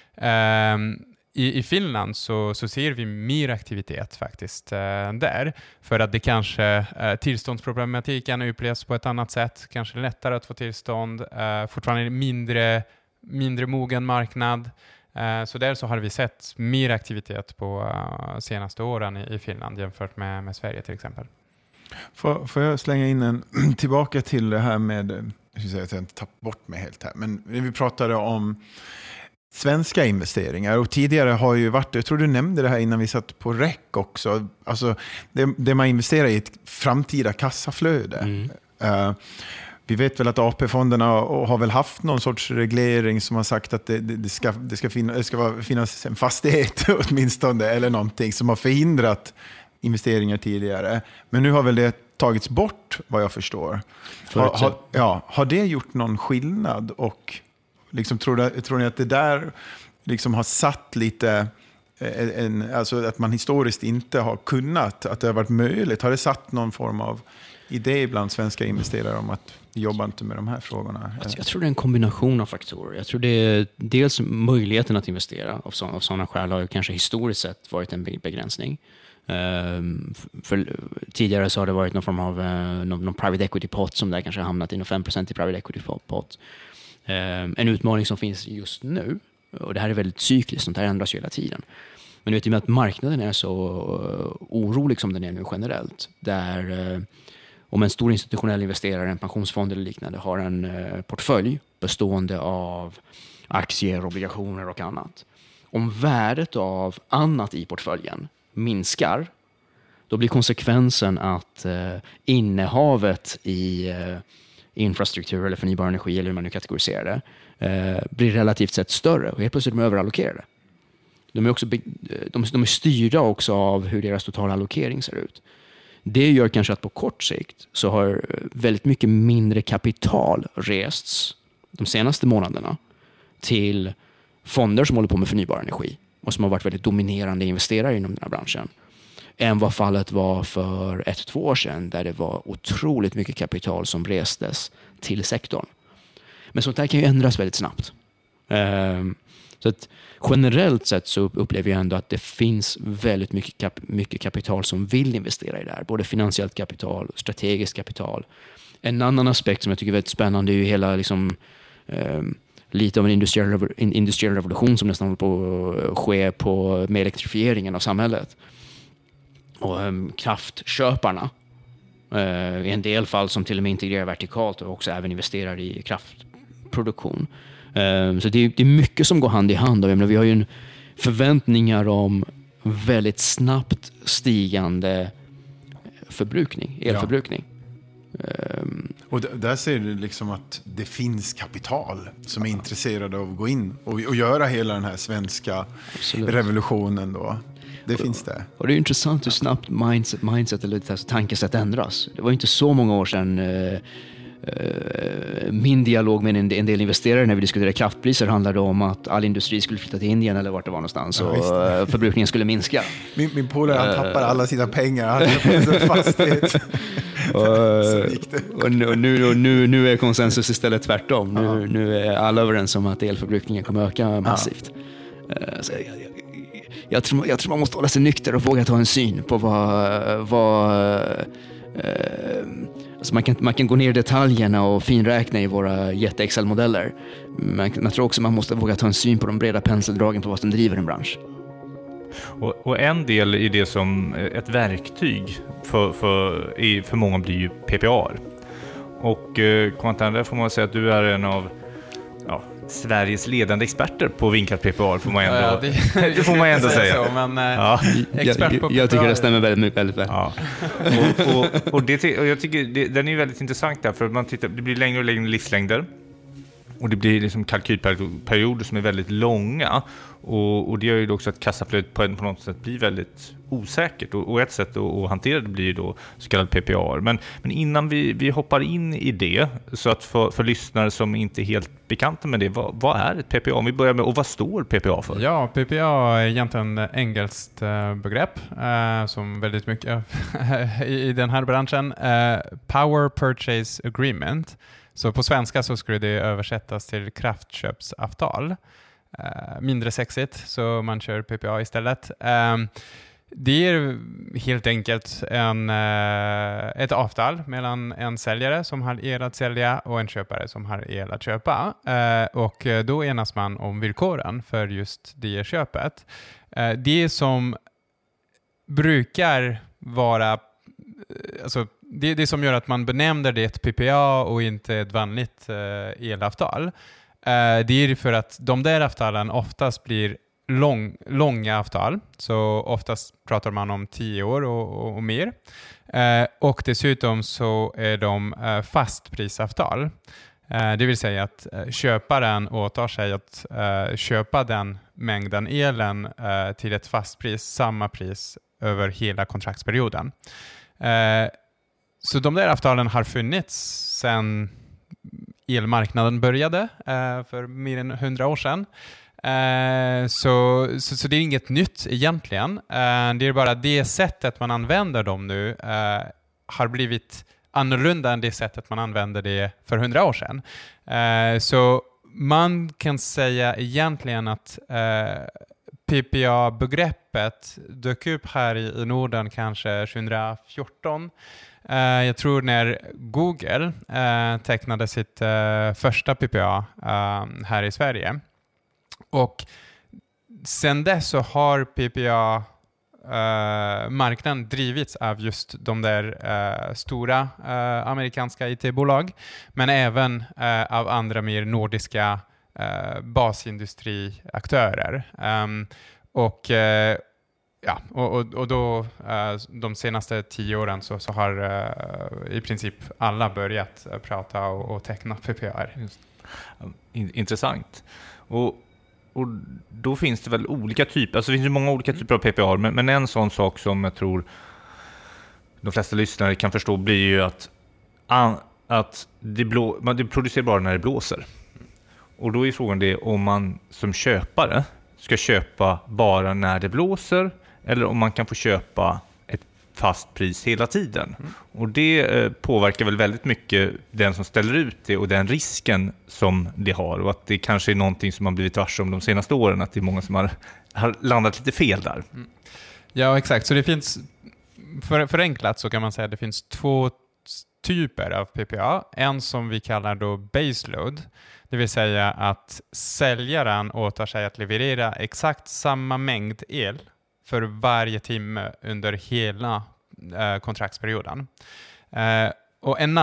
I Finland så ser vi mer aktivitet faktiskt där, för att det kanske tillståndsproblematiken upplevs på ett annat sätt, kanske lättare att få tillstånd, fortfarande mindre mogen marknad. Så där så har vi sett mer aktivitet på senaste åren i Finland jämfört med Sverige till exempel. Får jag slänga in en tillbaka till det här med, jag ska säga att jag inte tappat bort mig helt här, men vi pratade om svenska investeringar, och tidigare har ju varit, jag tror du nämnde det här innan vi satt på REC också, alltså det man investerar i ett framtida kassaflöde. Vi vet väl att AP-fonderna har väl haft någon sorts reglering som har sagt att det ska finnas en fastighet åtminstone, eller någonting som har förhindrat investeringar tidigare. Men nu har väl det tagits bort vad jag förstår. Har det gjort någon skillnad? Och liksom, tror ni att det där liksom har satt lite... alltså att man historiskt inte har kunnat, att det har varit möjligt? Har det satt någon form av idé bland svenska investerare om att jobba inte med de här frågorna? Jag tror det är en kombination av faktorer. Jag tror det är dels möjligheten att investera. Av sådana skäl har ju kanske historiskt sett varit en begränsning. För tidigare så har det varit någon form av någon private equity pot som där kanske har hamnat i någon 5% i private equity pot. En utmaning som finns just nu, och det här är väldigt cykliskt, sånt här ändras ju hela tiden. Men vet ju med att marknaden är så orolig som den är nu generellt, där om en stor institutionell investerare, en pensionsfond eller liknande, har en portfölj bestående av aktier, obligationer och annat. Om värdet av annat i portföljen minskar, då blir konsekvensen att innehavet i infrastruktur eller förnybar energi, eller hur man nu kategoriserar det, blir relativt sett större, och helt plötsligt är de överallokerade. De är styrda också av hur deras totala allokering ser ut. Det gör kanske att på kort sikt så har väldigt mycket mindre kapital rests de senaste månaderna till fonder som håller på med förnybar energi och som har varit väldigt dominerande investerare inom den här branschen, än vad fallet var för 1-2 år sedan, där det var otroligt mycket kapital som restes till sektorn. Men sånt här kan ju ändras väldigt snabbt. Så att generellt sett så upplever jag ändå att det finns väldigt mycket kapital som vill investera i det här. Både finansiellt kapital och strategiskt kapital. En annan aspekt som jag tycker är väldigt spännande är ju hela liksom, lite av en industriell revolution som nästan håller på att ske med elektrifieringen av samhället. Och kraftköparna i en del fall som till och med integrerar vertikalt och också även investerar i kraftproduktion. Så det är mycket som går hand i hand. Vi har ju förväntningar om väldigt snabbt stigande elförbrukning. Och där ser du liksom att det finns kapital som är intresserade av att gå in och göra hela den här svenska revolutionen då. Det finns det. Och det är intressant hur snabbt mindset eller tankesätt ändras. Det var inte så många år sedan min dialog med en del investerare när vi diskuterade kraftpriser handlade om att all industri skulle flytta till Indien eller vart det var någonstans, och förbrukningen skulle minska. Min polare, han tappade alla sina pengar. Han hade fastighet. och nu är konsensus istället tvärtom. Nu är alla överens om att elförbrukningen kommer öka massivt. Så jag tror man måste hålla sig nykter och våga ta en syn på alltså man kan gå ner i detaljerna och finräkna i våra jätte-Excel-modeller. Men jag tror också man måste våga ta en syn på de breda penseldragen på vad som driver en bransch. Och en del i det som ett verktyg för många blir ju PPA:er. Och Quantan, där får man säga att du är en av Sveriges ledande experter på vindkraft PPA:er, får man ändå, det får man ändå säga. Så, men, expert på jag tycker det stämmer väldigt väl. Ja. Och jag tycker den är väldigt intressant där, för att man tittar, det blir längre och längre livslängder. Och det blir liksom kalkylperioder som är väldigt långa. Och det gör ju också att kassaflödet på något sätt blir väldigt osäkert. Och ett sätt att hantera det blir ju då så kallad PPA. Men innan vi hoppar in i det, så att för lyssnare som inte är helt bekanta med det, vad är ett PPA? Om vi börjar med, och vad står PPA för? Ja, PPA är egentligen ett engelskt begrepp som väldigt mycket i den här branschen. Power Purchase Agreement. Så på svenska så skulle det översättas till kraftköpsavtal. Mindre sexigt, så man kör PPA istället. Det är helt enkelt ett avtal mellan en säljare som har el att sälja och en köpare som har el att köpa. Och då enas man om villkoren för just det köpet. Det som brukar vara... Alltså, det som gör att man benämner det ett PPA och inte ett vanligt elavtal, det är för att de där avtalen oftast blir långa avtal. Så oftast pratar man om 10 år och mer. Och dessutom så är de fastprisavtal. Det vill säga att köparen åtar sig att köpa den mängden elen till ett fastpris, samma pris över hela kontraktsperioden. Så de där avtalen har funnits sedan elmarknaden började för mer än 100 år sedan. Så det är inget nytt egentligen. Det är bara det sättet man använder dem nu har blivit annorlunda än det sättet man använde det för 100 år sedan. Så man kan säga egentligen att PPA-begreppet dök upp här i Norden kanske 2014. Jag tror när Google tecknade sitt första PPA här i Sverige. Och sen dess så har PPA-marknaden drivits av just de där stora amerikanska IT-bolag, men även av andra mer nordiska basindustriaktörer. Och då de senaste 10 åren så har i princip alla börjat prata och teckna PPA. Intressant. Och då finns det väl olika typer, alltså det finns ju många olika typer av PPA, men en sån sak som jag tror de flesta lyssnare kan förstå blir ju att det producerar bara när det blåser. Och då är frågan det om man som köpare ska köpa bara när det blåser eller om man kan få köpa ett fast pris hela tiden. Och det påverkar väl väldigt mycket den som ställer ut det och den risken som det har. Och att det kanske är någonting som man blivit varse om de senaste åren, att det är många som har landat lite fel där. Ja, exakt. Så det finns, förenklat så kan man säga att det finns 2 typer av PPA. En som vi kallar då baseload. Det vill säga att säljaren åtar sig att leverera exakt samma mängd el för varje timme under hela kontraktsperioden. Och den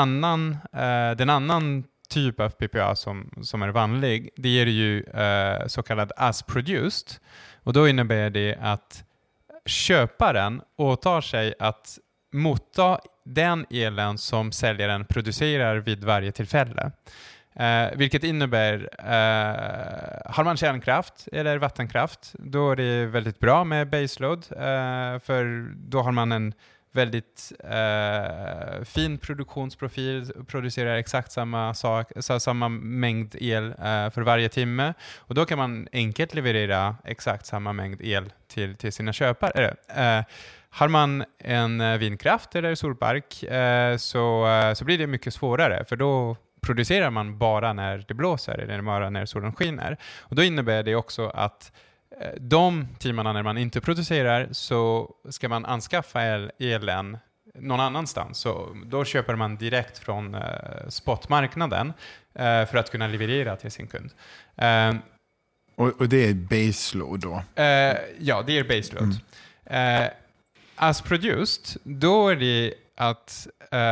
annan typ av PPA som är vanlig, det är ju så kallad as produced. Och då innebär det att köparen åtar sig att motta den elen som säljaren producerar vid varje tillfälle. Vilket innebär, har man kärnkraft eller vattenkraft, då är det väldigt bra med baseload, för då har man en väldigt fin produktionsprofil, producerar exakt samma mängd el för varje timme, och då kan man enkelt leverera exakt samma mängd el till sina köpare. Har man en vindkraft eller solpark så blir det mycket svårare, för då producerar man bara när det blåser eller bara när solen skiner. Och då innebär det också att de timmarna när man inte producerar så ska man anskaffa elen någon annanstans. Så då köper man direkt från spotmarknaden för att kunna leverera till sin kund. Och det är baseload då? Ja, det är baseload. As produced, då är det att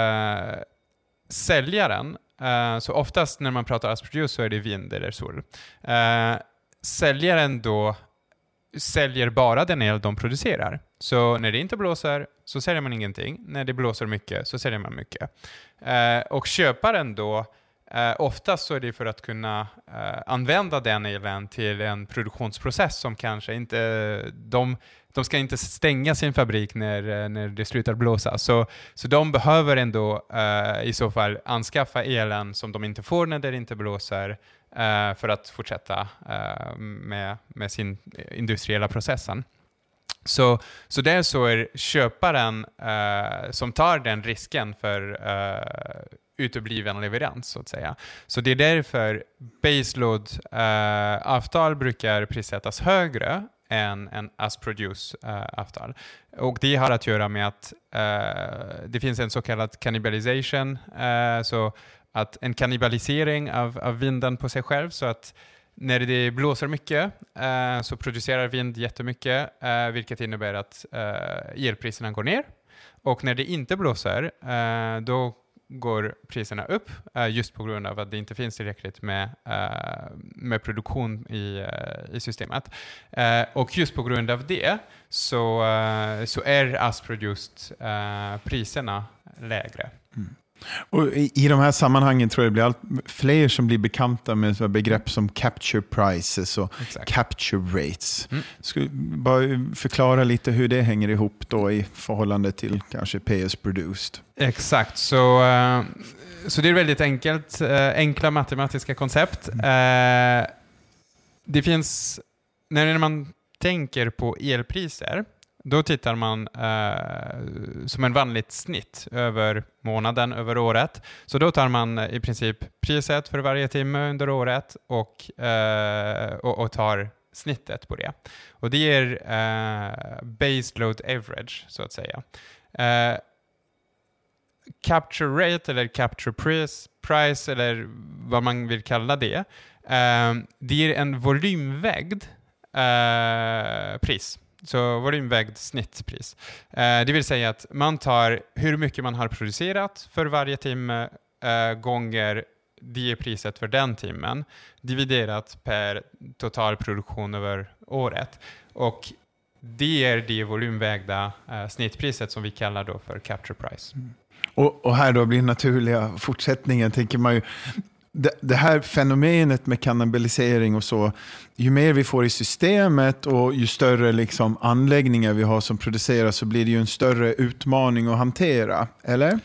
säljaren, så oftast när man pratar as produced så är det vind eller sol. Säljaren då säljer bara den el de producerar. Så när det inte blåser så säljer man ingenting. När det blåser mycket så säljer man mycket. Och köparen då, oftast så är det för att kunna använda den elen till en produktionsprocess som kanske inte... De ska inte stänga sin fabrik när det slutar blåsa. Så de behöver ändå i så fall anskaffa elen som de inte får när det inte blåser för att fortsätta med sin industriella processen. Så där så är köparen som tar den risken för utebliven leverans, så att säga. Så det är därför baseload-avtal brukar prissättas högre än as-produce-avtal. Och det har att göra med att det finns en så kallad cannibalization, så att en kannibalisering av vinden på sig själv, så att när det blåser mycket så producerar vind jättemycket, vilket innebär att elpriserna går ner. Och när det inte blåser, då går priserna upp just på grund av att det inte finns tillräckligt med produktion i systemet. Och just på grund av det så är as-produced priserna lägre. Och i de här sammanhangen tror jag det blir allt fler som blir bekanta med så begrepp som capture prices och capture rates. Ska du bara förklara lite hur det hänger ihop då i förhållande till kanske PS produced? Exakt, så det är väldigt enkla matematiska koncept. Det finns, när man tänker på elpriser, då tittar man som en vanligt snitt över månaden, över året. Så då tar man i princip priset för varje timme under året och tar snittet på det. Och det ger base load average, så att säga. Capture rate eller capture price eller vad man vill kalla det. Det ger en volymvägd pris. Så volymvägd snittpris. Det vill säga att man tar hur mycket man har producerat för varje timme gånger det priset för den timmen dividerat per total produktion över året. Och det är det volymvägda snittpriset som vi kallar då för capture price. Och här då blir naturliga fortsättningen, tänker man ju. Det här fenomenet med kannibalisering och så, ju mer vi får i systemet och ju större liksom anläggningar vi har som producerar, så blir det ju en större utmaning att hantera, eller?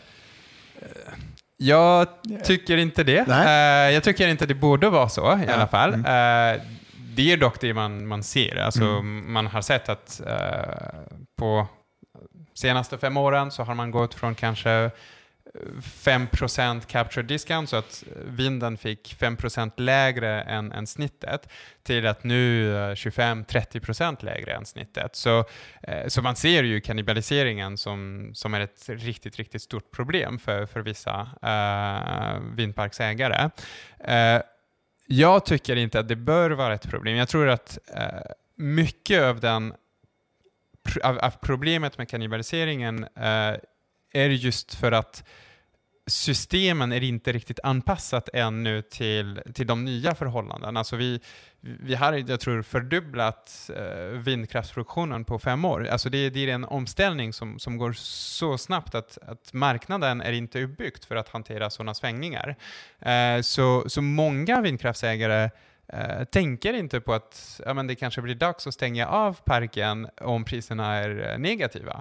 Jag tycker inte det. Jag tycker inte det borde vara så i alla fall. Det är dock det man ser. Alltså, man har sett att på senaste 5 åren så har man gått från kanske 5% capture discount, så att vinden fick 5% lägre än snittet, till att nu 25-30% lägre än snittet. Så man ser ju kannibaliseringen som är ett riktigt, riktigt stort problem för vissa vindparksägare. Jag tycker inte att det bör vara ett problem. Jag tror att mycket av problemet med kannibaliseringen är just för att systemen är inte riktigt anpassat ännu till de nya förhållandena. Alltså vi har, jag tror, fördubblat vindkraftsproduktionen på 5 år. Alltså det är en omställning som går så snabbt att marknaden är inte uppbyggt för att hantera sådana svängningar. Så många vindkraftsägare tänker inte på att det kanske blir dags att stänga av parken om priserna är negativa.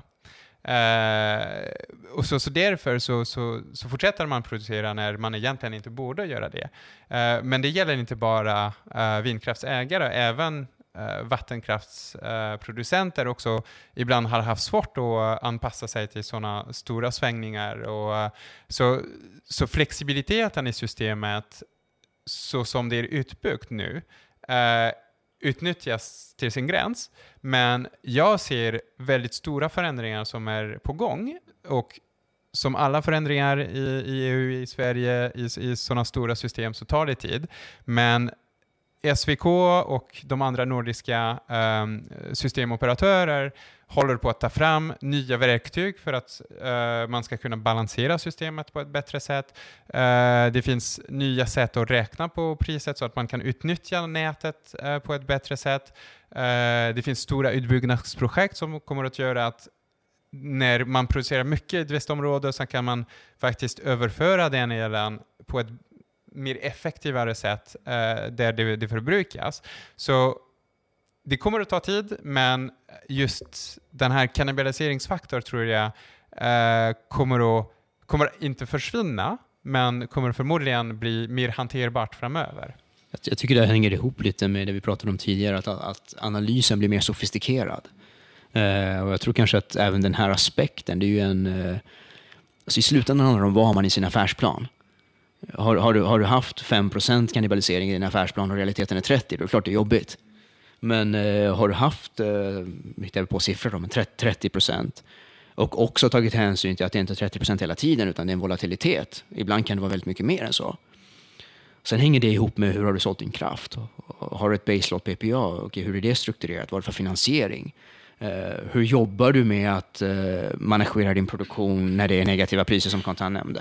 Och så därför så fortsätter man producera när man egentligen inte borde göra det. Men det gäller inte bara vindkraftsägare, även vattenkraftsproducenter också ibland har haft svårt att anpassa sig till sådana stora svängningar. Och så flexibiliteten i systemet, så som det är utbyggt nu, utnyttjas till sin gräns, men jag ser väldigt stora förändringar som är på gång, och som alla förändringar i EU, i Sverige, i sådana stora system, så tar det tid. Men SVK och de andra nordiska systemoperatörer håller på att ta fram nya verktyg för att man ska kunna balansera systemet på ett bättre sätt. Det finns nya sätt att räkna på priset så att man kan utnyttja nätet på ett bättre sätt. Det finns stora utbyggnadsprojekt som kommer att göra att när man producerar mycket i ett visst område, så kan man faktiskt överföra den elen på ett mer effektivare sätt där det förbrukas. Så det kommer att ta tid, men just den här kannibaliseringsfaktorn tror jag kommer inte försvinna, men kommer förmodligen bli mer hanterbart framöver. Jag tycker det hänger ihop lite med det vi pratade om tidigare, att analysen blir mer sofistikerad. Och jag tror kanske att även den här aspekten, det är ju alltså i slutändan handlar det om vad har man i sin affärsplan. Har du haft 5% kannibalisering i din affärsplan och realiteten är 30%, då är det klart det är jobbigt. Men har du haft, mycket på siffror, men 30%, och också tagit hänsyn till att det inte är 30% hela tiden, utan det är en volatilitet. Ibland kan det vara väldigt mycket mer än så. Sen hänger det ihop med hur har du sålt din kraft. Har du ett baseload PPA? Och hur är det strukturerat? Vad är det för finansiering? Hur jobbar du med att managera din produktion när det är negativa priser, som Contan nämnde?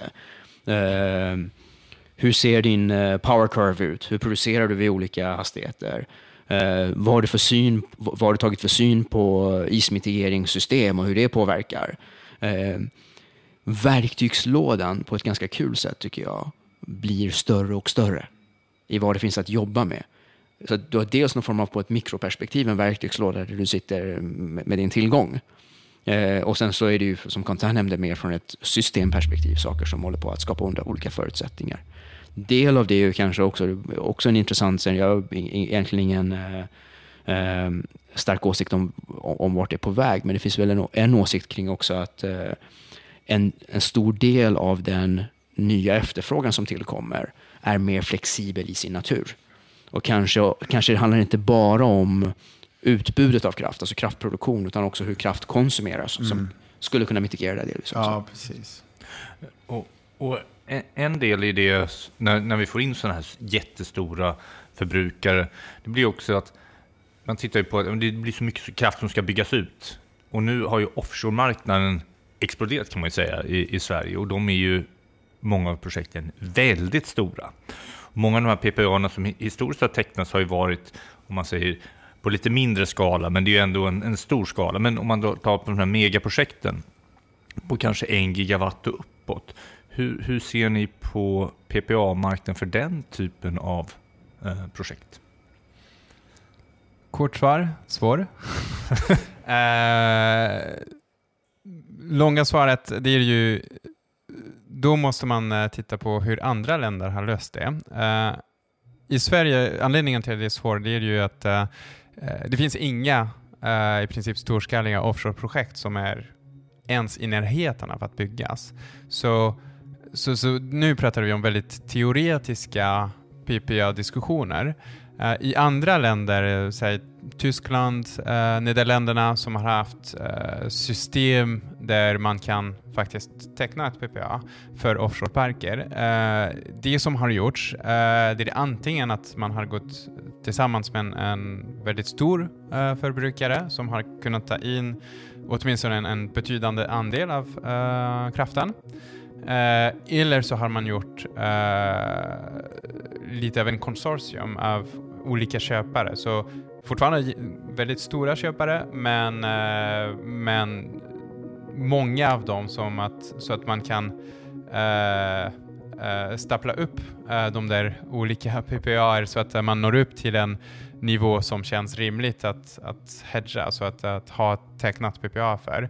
Hur ser din power curve ut? Hur producerar du vid olika hastigheter? Vad har du tagit för syn på ismitigeringssystem och hur det påverkar? verktygslådan på ett ganska kul sätt tycker jag blir större och större i vad det finns att jobba med. Så du har dels någon form av på ett mikroperspektiv en verktygslåda där du sitter med din tillgång. Och sen så är det ju, som Quentin nämnde, mer från ett systemperspektiv, saker som håller på att skapa under olika förutsättningar. Del av det är ju kanske också en intressant, jag har egentligen ingen stark åsikt om vart det är på väg, men det finns väl en åsikt kring också att en stor del av den nya efterfrågan som tillkommer är mer flexibel i sin natur. Och kanske det handlar inte bara om utbudet av kraft, alltså kraftproduktion, utan också hur kraft konsumeras som skulle kunna mitigera det delvis också. Ja, precis. Och en del i det, när vi får in sådana här jättestora förbrukare, det blir också att man tittar ju på att det blir så mycket kraft som ska byggas ut. Och nu har ju offshore-marknaden exploderat, kan man ju säga, i Sverige. Och de är ju, många av projekten, väldigt stora. Många av de här PPA-erna som historiskt har tecknats har ju varit, om man säger, på lite mindre skala, men det är ju ändå en stor skala. Men om man då tar på de här megaprojekten på kanske 1 gigawatt och uppåt, hur ser ni på PPA-marknaden för den typen av projekt? Kort svar, svår. Långa svaret, det är ju, då måste man titta på hur andra länder har löst det. I Sverige, anledningen till att det är svårt, det är ju att det finns inga i princip storskaliga offshore-projekt som är ens i närheten av att byggas. Så nu pratar vi om väldigt teoretiska PPA-diskussioner. I andra länder, säg Tyskland, Nederländerna, som har haft system där man kan faktiskt teckna ett PPA för offshoreparker. Det som har gjorts, det är antingen att man har gått tillsammans med en väldigt stor förbrukare som har kunnat ta in åtminstone en betydande andel av kraften. Eller så har man gjort lite av en konsortium av olika köpare. Så fortfarande väldigt stora köpare, men många av dem så att man kan stapla upp de där olika PPA så att man når upp till en nivå som känns rimligt att hedga, så att ha tecknat PPA för.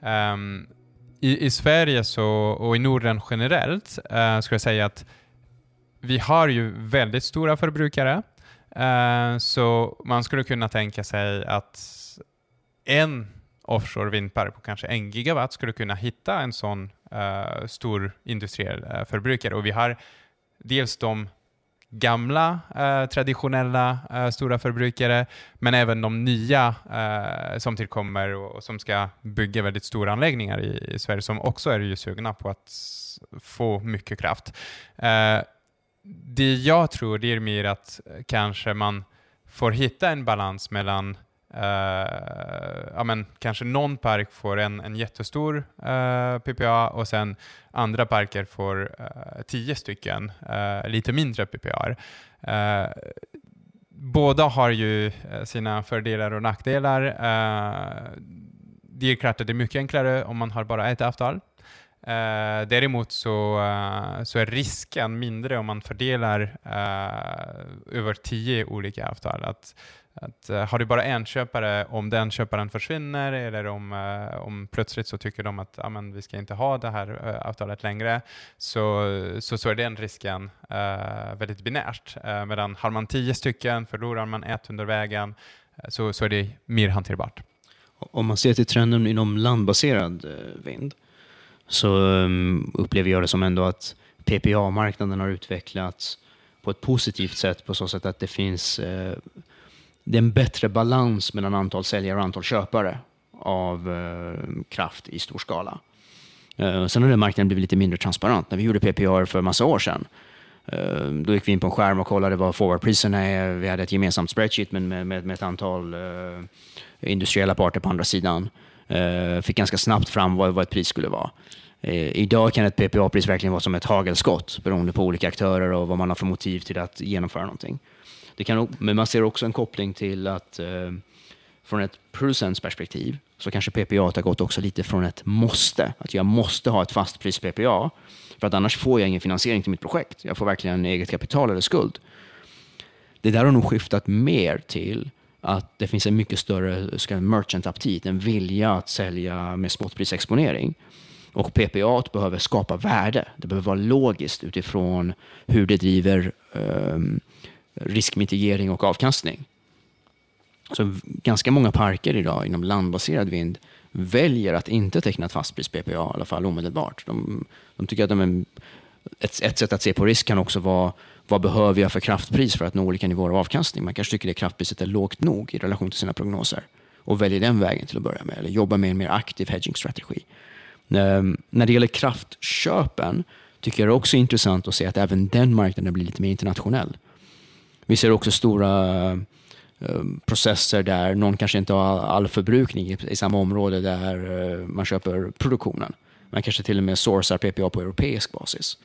I Sverige och i Norden generellt skulle jag säga att vi har ju väldigt stora förbrukare. Så man skulle kunna tänka sig att en offshore vindpark på kanske 1 gigawatt skulle kunna hitta en sån stor industriell förbrukare. Och vi har dels de gamla traditionella stora förbrukare, men även de nya som tillkommer och som ska bygga väldigt stora anläggningar i Sverige, som också är ju sugna på att få mycket kraft. Det jag tror, det är mer att kanske man får hitta en balans mellan kanske någon park får en jättestor PPA och sen andra parker får 10 stycken lite mindre PPA. Båda har ju sina fördelar och nackdelar. Det är klart att det är mycket enklare om man har bara ett avtal. Däremot så är risken mindre om man fördelar över 10 olika avtal. Att har du bara en köpare, om den köparen försvinner eller om plötsligt så tycker de att vi ska inte ha det här avtalet längre, så är den risken väldigt binärt. Medan har man 10 stycken, förlorar man ett under vägen, så är det mer hanterbart. Om man ser till trenden inom landbaserad vind, så upplever jag det som ändå att PPA-marknaden har utvecklats på ett positivt sätt, på så sätt att det finns det är en bättre balans mellan antal säljare och antal köpare av kraft i stor skala. Sen har den marknaden blivit lite mindre transparent. När vi gjorde PPA för massa år sedan, då gick vi in på en skärm och kollade vad forwardpriserna är. Vi hade ett gemensamt spreadsheet med ett antal industriella parter på andra sidan. Fick ganska snabbt fram vad ett pris skulle vara. Idag kan ett PPA-pris verkligen vara som ett hagelskott beroende på olika aktörer och vad man har för motiv till att genomföra någonting. Men man ser också en koppling till att från ett producents perspektiv så kanske PPA har gått också lite från ett måste. Att jag måste ha ett fastpris PPA för att annars får jag ingen finansiering till mitt projekt. Jag får verkligen eget kapital eller skuld. Det där har nog skiftat mer till att det finns en mycket större merchant-aptit, en vilja att sälja med spotprisexponering. Och PPA behöver skapa värde. Det behöver vara logiskt utifrån hur det driver riskmitigering och avkastning. Så ganska många parker idag inom landbaserad vind väljer att inte teckna ett fastpris PPA, i alla fall omedelbart. De tycker att ett sätt att se på risk kan också vara vad behöver jag för kraftpris för att nå olika nivåer av avkastning. Man kanske tycker det kraftpriset är lågt nog i relation till sina prognoser och väljer den vägen till att börja med eller jobbar med en mer aktiv hedging-strategi. När det gäller kraftköpen tycker jag det är också intressant att se att även den marknaden blir lite mer internationell. Vi ser också stora processer där någon kanske inte har all förbrukning i samma område där man köper produktionen. Man kanske till och med sourcar PPA på europeisk basis.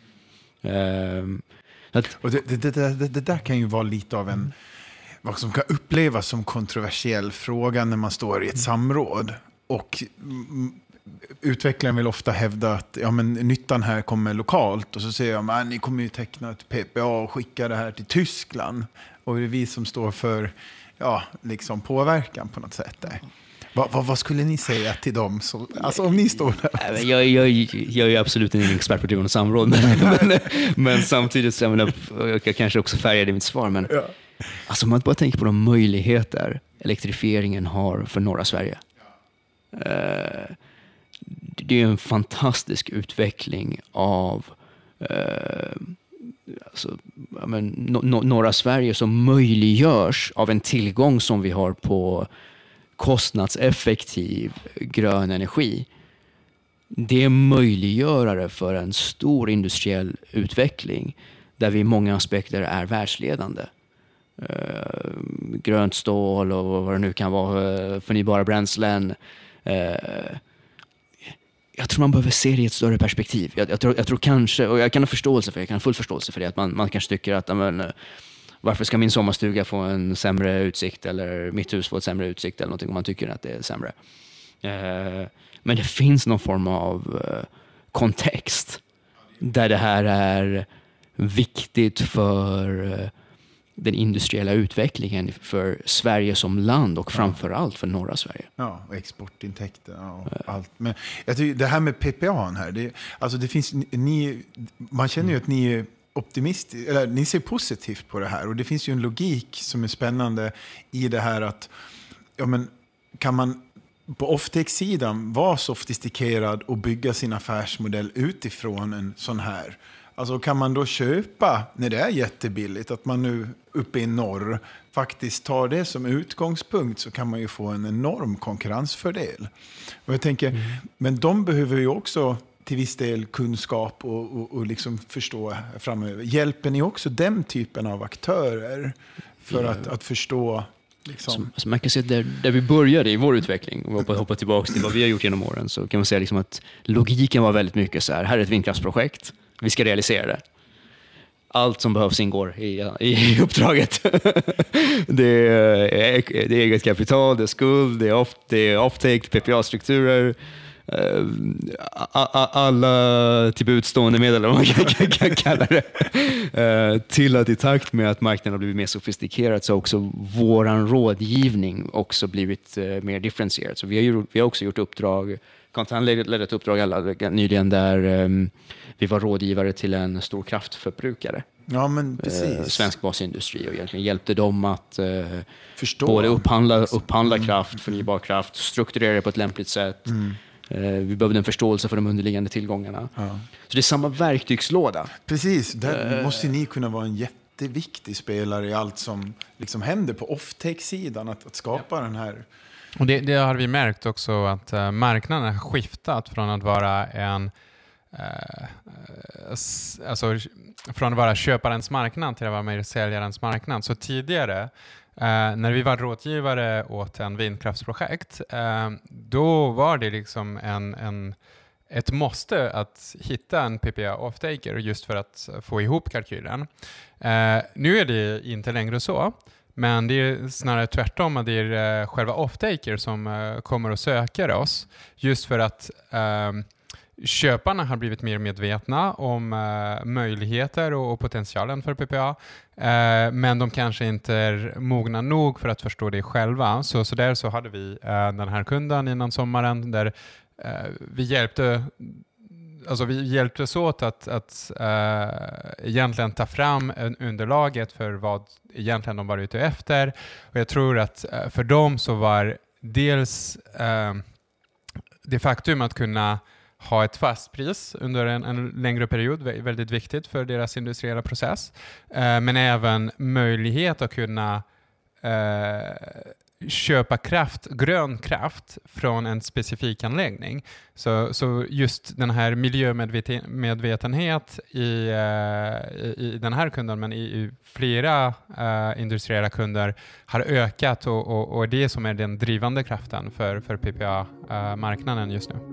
Och det där kan ju vara lite av en, vad som kan upplevas som kontroversiell fråga när man står i ett samråd. Och utvecklaren vill ofta hävda att nyttan här kommer lokalt. Och så säger de att ni kommer ju teckna ett PPA och skicka det här till Tyskland. Och det är vi som står för liksom påverkan på något sätt där. Vad skulle ni säga till dem? Alltså om ni står där. Jag är absolut ingen expert på driven och samråd. Men samtidigt så jag kanske också färgade i mitt svar. Men alltså man bara tänker på de möjligheter elektrifieringen har för norra Sverige. Det är en fantastisk utveckling av norra Sverige som möjliggörs av en tillgång som vi har på kostnadseffektiv grön energi. Det är möjliggörare för en stor industriell utveckling där vi i många aspekter är världsledande. Grönt stål och vad det nu kan vara, förnybara bränslen. Jag tror man behöver se det i ett större perspektiv. Jag tror kanske, och jag kan ha förståelse för det, jag kan ha full förståelse för det, att man kanske tycker att varför ska min sommarstuga få en sämre utsikt eller mitt hus få ett sämre utsikt eller någonting om man tycker att det är sämre. Men det finns någon form av kontext där det här är viktigt för den industriella utvecklingen för Sverige som land och framförallt för norra Sverige. Ja, och exportintäkter och allt. Men jag tycker det här med PPA här, det finns, man känner ju att ni är optimistiska, eller ni ser positivt på det här, och det finns ju en logik som är spännande i det här att kan man på offtake-sidan vara sofistikerad och bygga sin affärsmodell utifrån en sån här. Alltså kan man då köpa, när det är jättebilligt, att man nu uppe i norr faktiskt tar det som utgångspunkt, så kan man ju få en enorm konkurrensfördel. Och jag tänker, men de behöver ju också till viss del kunskap och liksom förstå framöver. Hjälper ni också den typen av aktörer för att förstå? Liksom. Så man kan se där vi började i vår utveckling och hoppa tillbaka till vad vi har gjort genom åren, så kan man säga liksom att logiken var väldigt mycket så här är ett vindkraftsprojekt, vi ska realisera det. Allt som behövs ingår i uppdraget. Det är eget kapital, det är skuld, det är offtake, PPA-strukturer, alla till budstående medel, man kan kalla det, till att i takt med att marknaden har blivit mer sofistikerad så har också våran rådgivning också blivit mer differentierad. Så vi har också gjort uppdrag, Contan ledde ett uppdrag nyligen där vi var rådgivare till en stor kraftförbrukare. Ja, men precis. Svensk basindustri, och egentligen hjälpte dem att förstå. Både upphandla kraft, förnybar kraft, strukturera det på ett lämpligt sätt. Vi behövde en förståelse för de underliggande tillgångarna. Ja. Så det är samma verktygslåda. Precis, där måste ni kunna vara en jätteviktig spelare i allt som liksom händer på offtake-sidan, att skapa den här. Och det har vi märkt också, att marknaden har skiftat från att vara från att vara köparens marknad till att vara mer säljarens marknad. Så tidigare, när vi var rådgivare åt en vindkraftsprojekt, då var det liksom ett måste att hitta en PPA off-taker just för att få ihop kalkylen. Nu är det inte längre så. Men det är snarare tvärtom, att det är själva off-taker som kommer och söker oss. Just för att köparna har blivit mer medvetna om möjligheter och potentialen för PPA. Men de kanske inte är mogna nog för att förstå det själva. Så där så hade vi den här kunden innan sommaren där vi hjälptes åt att egentligen ta fram underlaget för vad egentligen de var ute efter. Och jag tror att för dem så var dels det faktum att kunna ha ett fast pris under en längre period väldigt viktigt för deras industriella process. Men även möjlighet att kunna köpa grön kraft från en specifik anläggning. Så just den här miljömedvetenhet i den här kunden, men i flera industriella kunder har ökat och det som är den drivande kraften för PPA-marknaden just nu.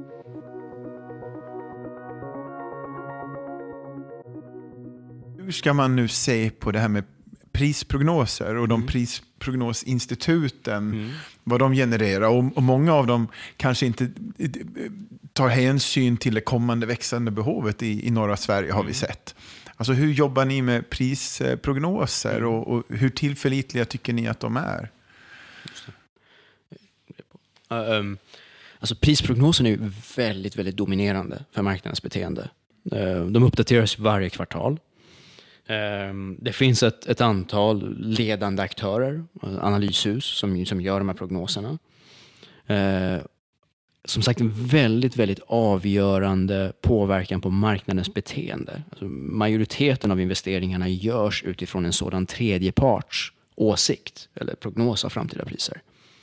Hur ska man nu se på det här med prisprognoser och de prisprognosinstituten, vad de genererar? Och många av dem kanske inte tar hänsyn till det kommande växande behovet i norra Sverige, har vi sett. Alltså hur jobbar ni med prisprognoser och hur tillförlitliga tycker ni att de är? Alltså prisprognosen är ju väldigt, väldigt dominerande för marknadens beteende. De uppdateras varje kvartal. Det finns ett antal ledande aktörer, analyshus som gör de här prognoserna. Som sagt, en väldigt, väldigt avgörande påverkan på marknadens beteende. Alltså, majoriteten av investeringarna görs utifrån en sådan tredjeparts åsikt eller prognos av framtida priser.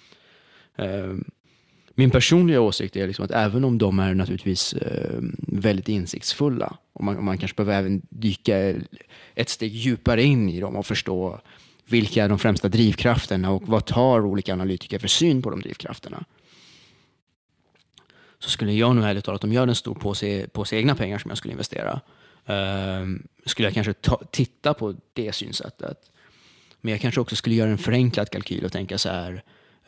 Min personliga åsikt är liksom att även om de är naturligtvis väldigt insiktsfulla och man kanske behöver även dyka ett steg djupare in i dem och förstå vilka är de främsta drivkrafterna och vad tar olika analytiker för syn på de drivkrafterna. Så skulle jag nog ärligt talat, om jag hade en stor påse egna pengar som jag skulle investera, skulle jag kanske titta på det synsättet. Men jag kanske också skulle göra en förenklad kalkyl och tänka så här: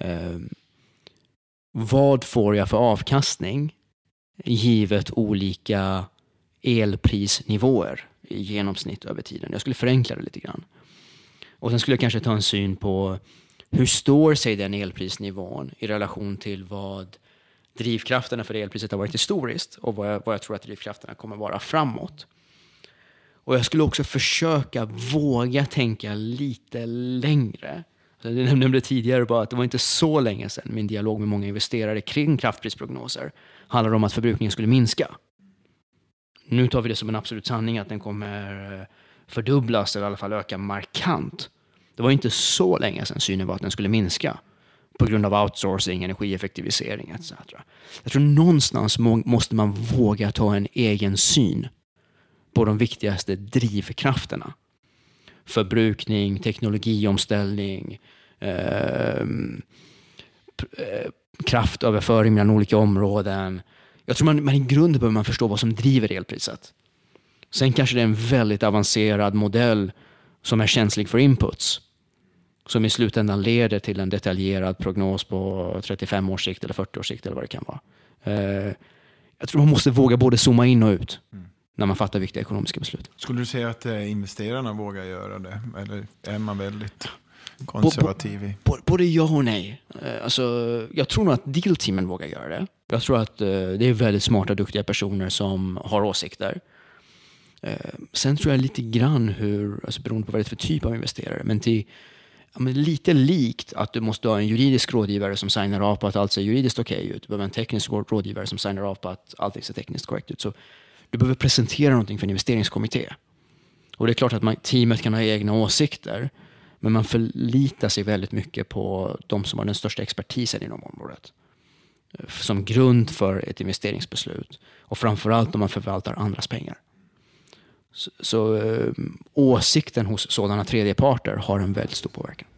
vad får jag för avkastning givet olika elprisnivåer i genomsnitt över tiden? Jag skulle förenkla det lite grann. Och sen skulle jag kanske ta en syn på hur står sig den elprisnivån i relation till vad drivkrafterna för elpriset har varit historiskt och vad jag tror att drivkrafterna kommer vara framåt. Och jag skulle också försöka våga tänka lite längre. Jag nämnde tidigare bara att det var inte så länge sedan min dialog med många investerare kring kraftprisprognoser handlade om att förbrukningen skulle minska. Nu tar vi det som en absolut sanning att den kommer fördubblas eller i alla fall öka markant. Det var inte så länge sedan synen var att den skulle minska på grund av outsourcing, energieffektivisering etc. Jag tror någonstans måste man våga ta en egen syn på de viktigaste drivkrafterna. Förbrukning, teknologiomställning, kraftöverföring mellan olika områden. Jag tror man i grunden behöver man förstå vad som driver elpriset. Sen kanske det är en väldigt avancerad modell som är känslig för inputs, som i slutändan leder till en detaljerad prognos på 35 års sikt eller 40 års sikt eller vad det kan vara. Jag tror man måste våga både zooma in och ut när man fattar viktiga ekonomiska beslut. Skulle du säga att investerarna vågar göra det? Eller är man väldigt konservativ? Både ja och nej. Alltså, jag tror nog att dealteamen vågar göra det. Jag tror att det är väldigt smarta, duktiga personer som har åsikter. Sen tror jag lite grann beroende på vad det är för typ av investerare, men lite likt att du måste ha en juridisk rådgivare som signar av på att allt ser juridiskt okej ut. Du behöver en teknisk rådgivare som signar av på att allt ser tekniskt korrekt ut. Så du behöver presentera någonting för en investeringskommitté. Och det är klart att teamet kan ha egna åsikter, men man förlitar sig väldigt mycket på de som har den största expertisen inom området som grund för ett investeringsbeslut. Och framförallt om man förvaltar andras pengar. Så åsikten hos sådana tredjeparter har en väldigt stor påverkan.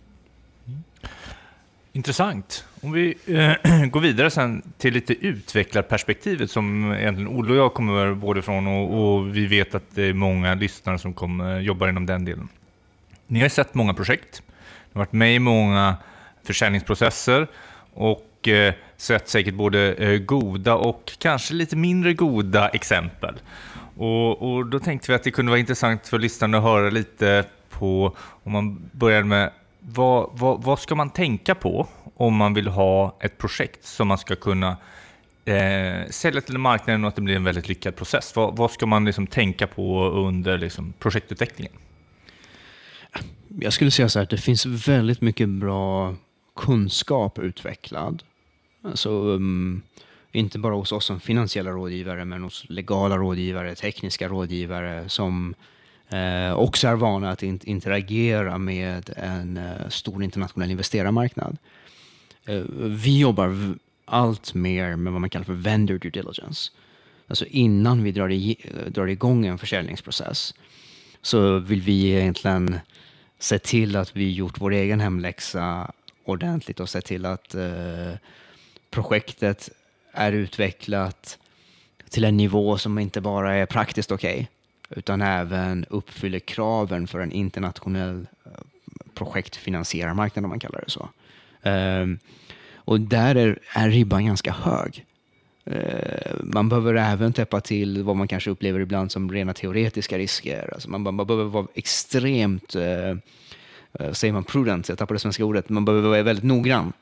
Intressant. Om vi går vidare sen till lite utvecklarperspektivet som egentligen Olle och jag kommer både från och vi vet att det är många lyssnare som jobbar inom den delen. Ni har sett många projekt. har varit med i många försäljningsprocesser och sett säkert både goda och kanske lite mindre goda exempel. Och då tänkte vi att det kunde vara intressant för lyssnarna att höra lite på, om man börjar med, vad ska man tänka på om man vill ha ett projekt som man ska kunna sälja till marknaden och att det blir en väldigt lyckad process. Vad ska man liksom tänka på under liksom projektutvecklingen? Jag skulle säga så här att det finns väldigt mycket bra kunskap utvecklad. Alltså, inte bara hos oss som finansiella rådgivare, men hos legala rådgivare, tekniska rådgivare som också är vana att interagera med en stor internationell investerarmarknad. Vi jobbar allt mer med vad man kallar för vendor due diligence. Alltså innan vi drar igång en försäljningsprocess så vill vi egentligen se till att vi gjort vår egen hemläxa ordentligt och se till att projektet är utvecklat till en nivå som inte bara är praktiskt okej, utan även uppfyller kraven för en internationell projektfinansierarmarknad, om man kallar det så. Och där är ribban ganska hög. Man behöver även täppa till vad man kanske upplever ibland som rena teoretiska risker. Alltså man behöver vara extremt, säger man prudent, jag tappar det svenska ordet, man behöver vara väldigt noggrann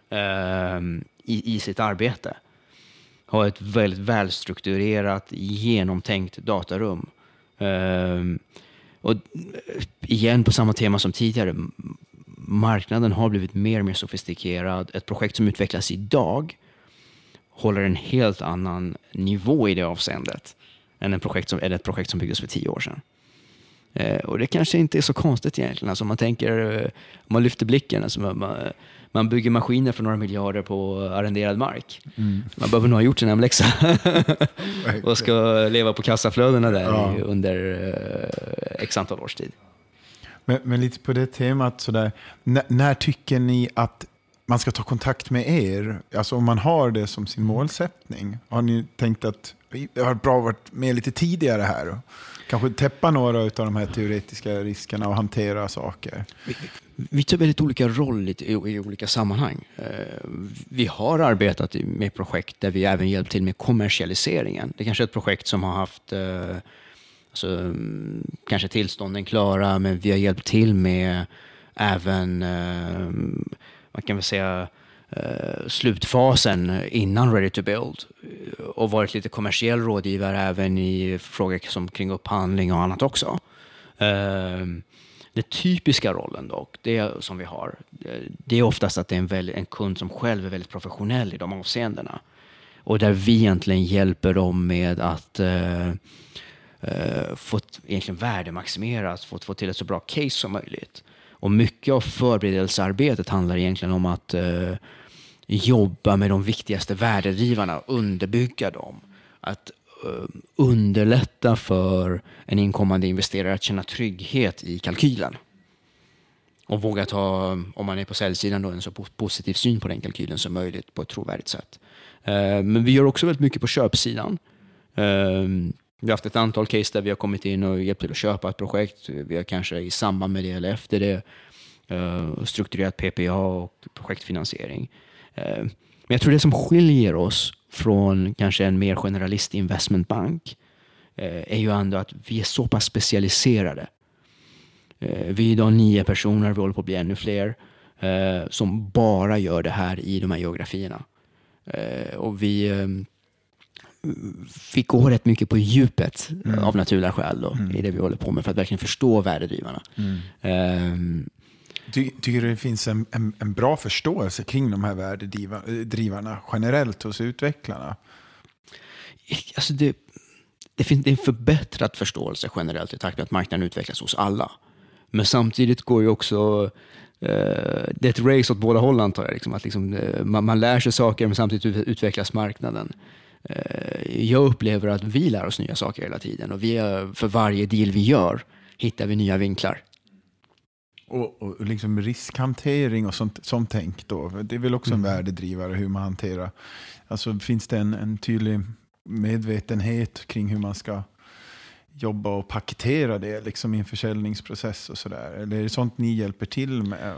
i sitt arbete. Ha ett väldigt välstrukturerat, genomtänkt datarum. Och igen på samma tema som tidigare, marknaden har blivit mer och mer sofistikerad. Ett projekt som utvecklas idag håller en helt annan nivå i det avseendet än ett projekt som byggdes för 10 år sedan. Och det kanske inte är så konstigt egentligen. Alltså om man lyfter blicken, alltså man bygger maskiner för några miljarder på arrenderad mark. Man behöver nog ha gjort sin hemläxa och ska leva på kassaflödena där under x antal års tid. Men lite på det temat sådär, när tycker ni att man ska ta kontakt med er? Alltså om man har det som sin målsättning. Har ni tänkt att det har bra varit med lite tidigare här och kanske täppa några av de här teoretiska riskerna och hantera saker? Vi tar väldigt olika roll i olika sammanhang. Vi har arbetat med projekt där vi även hjälpt till med kommersialiseringen. Det är kanske är ett projekt som har haft kanske tillstånden klara, men vi har hjälpt till med även man kan väl säga slutfasen innan ready to build och varit lite kommersiell rådgivare även i frågor som kring upphandling och annat också. Den typiska rollen dock, det som vi har, det är oftast att det är en kund som själv är väldigt professionell i de avseendena och där vi egentligen hjälper dem med att få egentligen värdemaximerat, få till ett så bra case som möjligt. Och mycket av förberedelsearbetet handlar egentligen om att jobba med de viktigaste värdedrivarna, underbygga dem. Att underlätta för en inkommande investerare att känna trygghet i kalkylen. Och våga ta, om man är på säljsidan, då, en så positiv syn på den kalkylen som möjligt på ett trovärdigt sätt. Men vi gör också väldigt mycket på köpsidan. Vi har haft ett antal case där vi har kommit in och hjälpt till att köpa ett projekt. Vi har kanske i samband med det eller efter det strukturerat PPA och projektfinansiering. Men jag tror det som skiljer oss från kanske en mer generalist investmentbank är ju ändå att vi är så pass specialiserade. Vi är idag 9 personer, vi håller på att bli ännu fler som bara gör det här i de här geografierna. Och vi går rätt mycket på djupet av naturliga skäl då, i det vi håller på med för att verkligen förstå värdedrivarna. Tycker du det finns en bra förståelse kring de här värdedrivarna generellt hos utvecklarna? Alltså det är en förbättrad förståelse generellt i takt med att marknaden utvecklas hos alla. Men samtidigt går ju också det är ett race åt båda håll, antar jag. Liksom, att man lär sig saker men samtidigt utvecklas marknaden. Jag upplever att vi lär oss nya saker hela tiden och för varje deal vi gör hittar vi nya vinklar. Och liksom riskhantering och sånt tänk då. Det är väl också en värdedrivare hur man hanterar. Alltså finns det en tydlig medvetenhet kring hur man ska jobba och paketera det liksom i en försäljningsprocess och sådär? Eller är det sånt ni hjälper till med?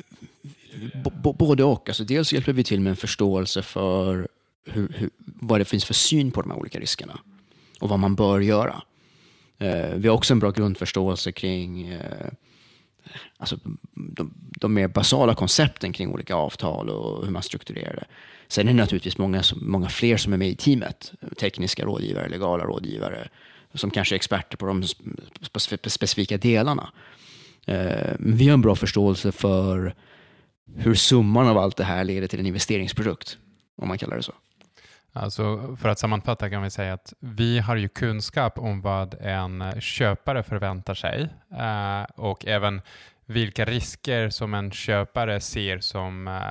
Både och. Alltså, dels hjälper vi till med en förståelse för vad det finns för syn på de här olika riskerna och vad man bör göra. Vi har också en bra grundförståelse kring alltså de mer basala koncepten kring olika avtal och hur man strukturerar det. Sen är det naturligtvis många fler som är med i teamet. Tekniska rådgivare, legala rådgivare som kanske är experter på de specifika delarna. Vi har en bra förståelse för hur summan av allt det här leder till en investeringsprodukt, om man kallar det så. Alltså, för att sammanfatta kan vi säga att vi har ju kunskap om vad en köpare förväntar sig och även vilka risker som en köpare ser som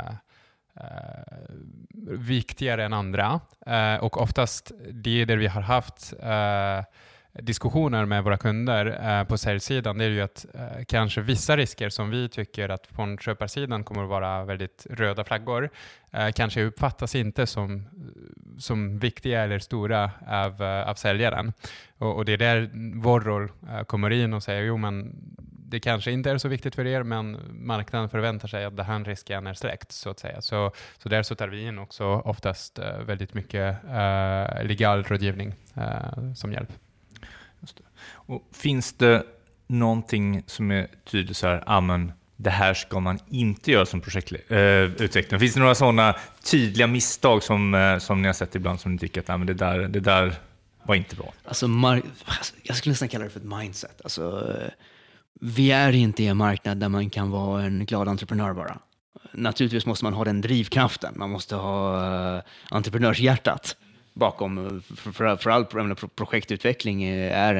viktigare än andra. Och oftast det där vi har haft diskussioner med våra kunder på säljsidan, det är ju att kanske vissa risker som vi tycker att på köparsidan kommer att vara väldigt röda flaggor kanske uppfattas inte som viktiga eller stora av säljaren. Och det är där vår roll kommer in och säger, jo men det kanske inte är så viktigt för er, men marknaden förväntar sig att det här risken är släckt, så att säga. Så där så tar vi in också oftast väldigt mycket legal rådgivning som hjälp. Just det. Och finns det någonting som är tydligt så här, men det här ska man inte göra som projektutvecklare? Finns det några sådana tydliga misstag som ni har sett ibland som ni tycker att men det där var inte bra? Alltså, jag skulle nästan kalla det för ett mindset. Alltså, vi är inte i en marknad där man kan vara en glad entreprenör bara. Naturligtvis måste man ha den drivkraften. Man måste ha entreprenörshjärtat bakom. För all projektutveckling är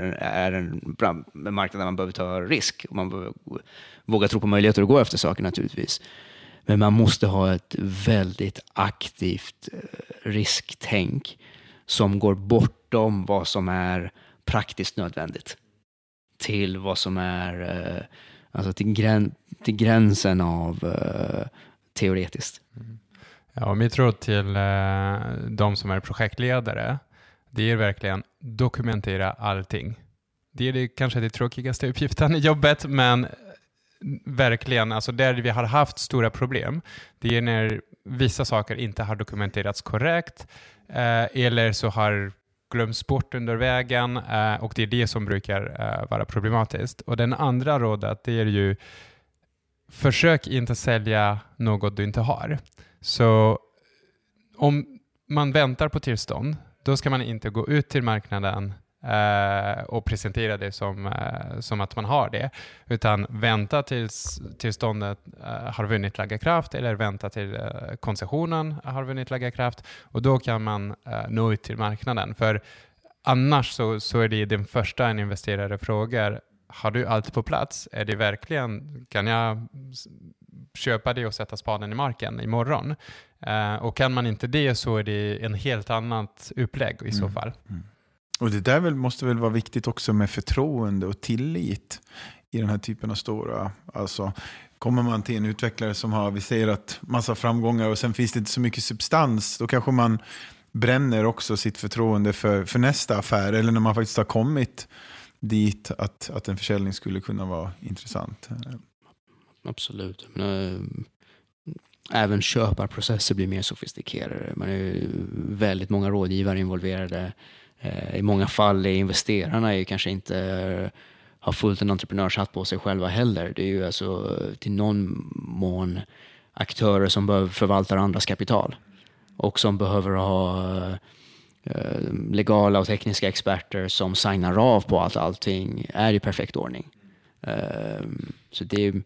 en marknad där man behöver ta risk. Och man behöver våga tro på möjligheter att gå efter saker naturligtvis. Men man måste ha ett väldigt aktivt risktänk som går bortom vad som är praktiskt nödvändigt till vad som är alltså till gränsen av teoretiskt. Ja, och mitt råd till de som är projektledare, det är verkligen dokumentera allting. Det är kanske det tråkigaste uppgiften i jobbet, men verkligen, alltså där vi har haft stora problem, det är när vissa saker inte har dokumenterats korrekt eller så har glöms bort under vägen och det är det som brukar vara problematiskt. Och den andra rådet, det är ju försök inte sälja något du inte har. Så om man väntar på tillstånd, då ska man inte gå ut till marknaden och presentera det som att man har det, utan vänta tills tillståndet har vunnit laga kraft eller vänta till koncessionen har vunnit laga kraft, och då kan man nå ut till marknaden. För annars så är det den första en investerare frågar: har du allt på plats? Är det verkligen, kan jag köpa det och sätta spaden i marken imorgon? Och kan man inte det, så är det en helt annat upplägg i så fall. Och det där måste väl vara viktigt också med förtroende och tillit i den här typen av stora. Alltså, kommer man till en utvecklare som har aviserat massa framgångar och sen finns det inte så mycket substans, då kanske man bränner också sitt förtroende för nästa affär, eller när man faktiskt har kommit dit att en försäljning skulle kunna vara intressant. Absolut. Men, även köparprocesser blir mer sofistikerade. Man är väldigt många rådgivare involverade. I många fall är investerarna ju kanske inte har fullt en entreprenörshatt på sig själva heller. Det är ju alltså till någon mån aktörer som behöver förvalta andras kapital och som behöver ha legala och tekniska experter som signar av på att allting är i perfekt ordning. Så det är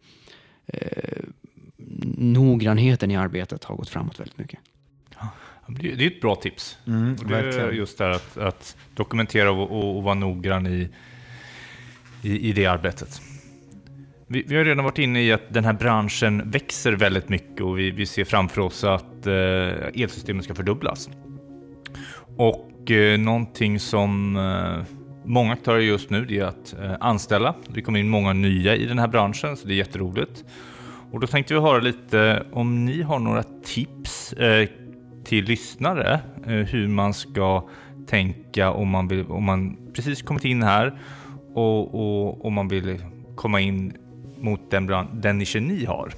noggrannheten i arbetet har gått framåt väldigt mycket. Det är ett bra tips. Och det är just där att dokumentera och vara noggrann i det arbetet. Vi har redan varit inne i att den här branschen växer väldigt mycket och vi ser framför oss att elsystemet ska fördubblas. Och någonting som många aktörer just nu, det är att anställa. Det kommer in många nya i den här branschen, så det är jätteroligt. Och då tänkte vi höra lite om ni har några tips till lyssnare hur man ska tänka om man precis kommit in här och om man vill komma in mot den nischen ni har?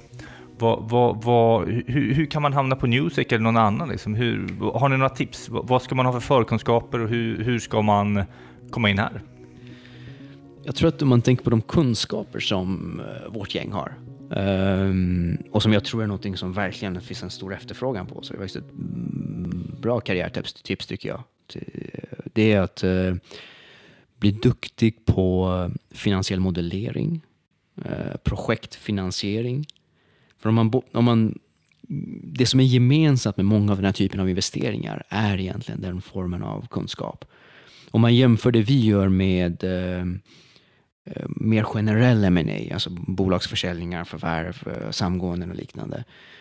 Hur kan man hamna på Newsec eller någon annan? Liksom? Har ni några tips? Vad ska man ha för förkunskaper och hur ska man komma in här? Jag tror att om man tänker på de kunskaper som vårt gäng har och som jag tror är någonting som verkligen finns en stor efterfrågan på, så det är faktiskt ett bra karriärtips tycker jag. Det är att bli duktig på finansiell modellering, projektfinansiering. För det som är gemensamt med många av den här typen av investeringar är egentligen den formen av kunskap. Om man jämför det vi gör med mer generell M&A, alltså bolagsförsäljningar, förvärv, samgåenden och liknande.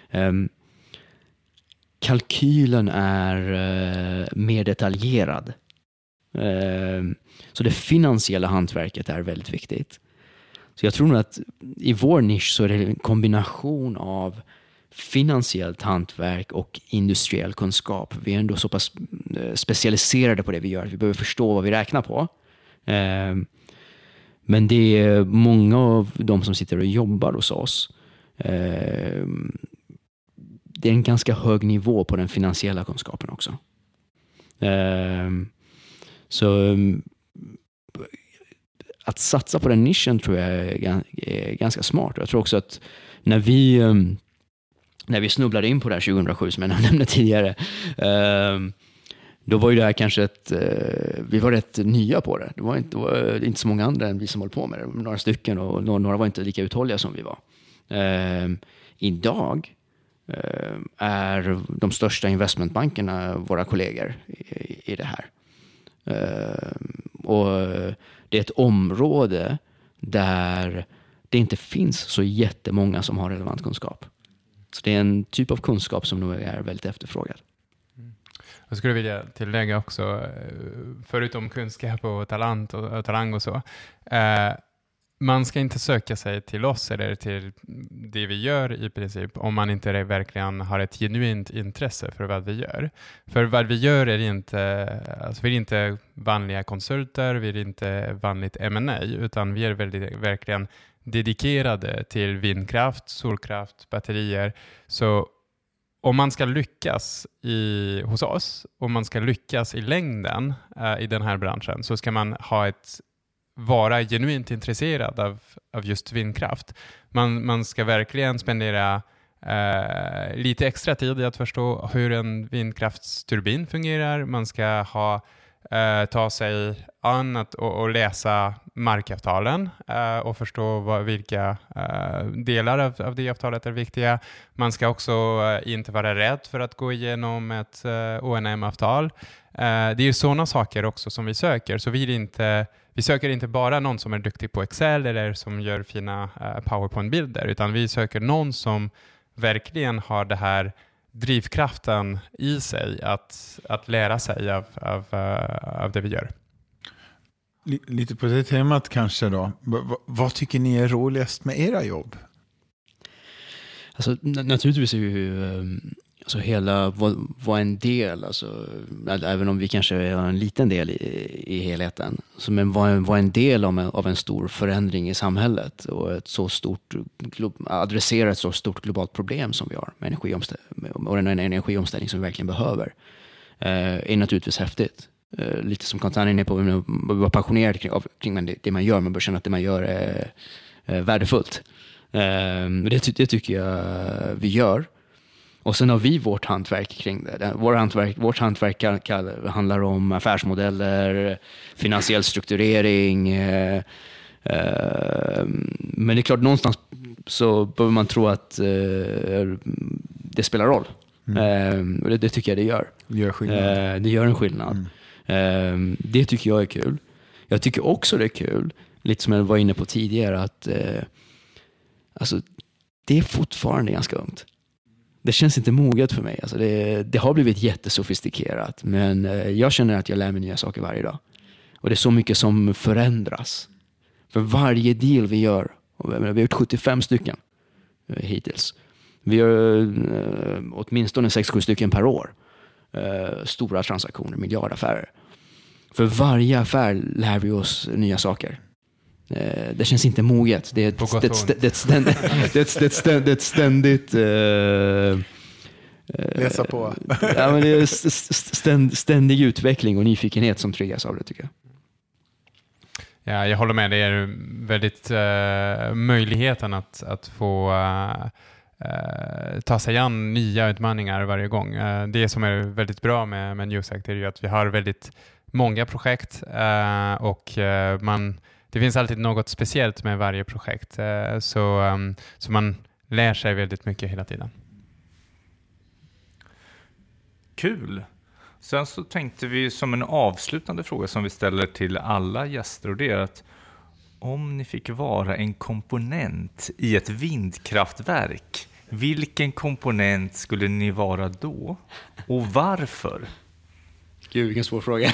Kalkylen är mer detaljerad. Så det finansiella hantverket är väldigt viktigt. Så jag tror nog att i vår nisch så är det en kombination av finansiellt hantverk och industriell kunskap. Vi är ändå så pass specialiserade på det vi gör. Vi behöver förstå vad vi räknar på. Men det är många av de som sitter och jobbar hos oss. Det är en ganska hög nivå på den finansiella kunskapen också. Så att satsa på den nischen tror jag är ganska smart. Jag tror också att när vi snubblade in på det här 2007 som jag nämnde tidigare, då var ju det här kanske vi var rätt nya på det. Det var inte så många andra än vi som höll på med det. Några stycken och några var inte lika uthålliga som vi var. Idag är de största investmentbankerna våra kollegor i det här. Och det är ett område där det inte finns så jättemånga som har relevant kunskap. Så det är en typ av kunskap som nog är väldigt efterfrågad. Jag skulle vilja tillägga också, förutom kunskap och talang och så, man ska inte söka sig till oss eller till det vi gör i princip om man inte verkligen har ett genuint intresse för vad vi gör. För vad vi gör är vi är inte vanliga konsulter, vi är inte vanligt M&A, utan vi är verkligen dedikerade till vindkraft, solkraft, batterier. Så om man ska lyckas hos oss, om man ska lyckas i längden i den här branschen, så ska man vara genuint intresserad av just vindkraft. Man ska verkligen spendera lite extra tid i att förstå hur en vindkraftsturbin fungerar. Man ska ta sig an och läsa markavtalen och förstå vilka delar av det avtalet är viktiga. Man ska också inte vara rädd för att gå igenom ett O&M-avtal. Det är sådana saker också som vi söker. Så vi söker inte bara någon som är duktig på Excel eller som gör fina PowerPoint-bilder, utan vi söker någon som verkligen har det här drivkraften i sig att lära sig av det vi gör. Lite på det temat kanske då. Vad tycker ni är roligast med era jobb? Alltså, naturligtvis är ju hela vad en del, alltså, även om vi kanske är en liten del i helheten, men vad en del av en stor förändring i samhället och adressera ett så stort globalt problem som vi har med och en energiomställning som vi verkligen behöver, är naturligtvis häftigt. Lite som Konstantin är inne på, att vara passionerad kring det man gör, man bör känna att det man gör är värdefullt. Det tycker jag vi gör. Och sen har vi vårt hantverk kring det. Vårt hantverk handlar om affärsmodeller, finansiell strukturering. Men det är klart, någonstans så behöver man tro att det spelar roll. Och det tycker jag det gör. Det gör en skillnad. Det tycker jag är kul. Jag tycker också det är kul, lite som jag var inne på tidigare, att alltså, det är fortfarande ganska ungt. Det känns inte moget för mig. Alltså det har blivit jättesofistikerat, men jag känner att jag lär mig nya saker varje dag. Och det är så mycket som förändras. För varje deal vi gör, och vi har gjort 75 stycken hittills. Vi gör åtminstone 6-7 stycken per år. Stora transaktioner, miljardaffärer. För varje affär lär vi oss nya saker. Det känns inte moget. Det är ett ständigt läsa på. Ja, men det är ständig utveckling och nyfikenhet som triggas av det, tycker jag. Ja, jag håller med. Det är väldigt möjligheten att få ta sig an nya utmaningar varje gång. Det som är väldigt bra med Newsec är ju att vi har väldigt många projekt och det finns alltid något speciellt med varje projekt. Så man lär sig väldigt mycket hela tiden. Kul! Sen så tänkte vi som en avslutande fråga som vi ställer till alla gäster, och det är att om ni fick vara en komponent i ett vindkraftverk, vilken komponent skulle ni vara då? Och varför? Gud, vilken svår fråga.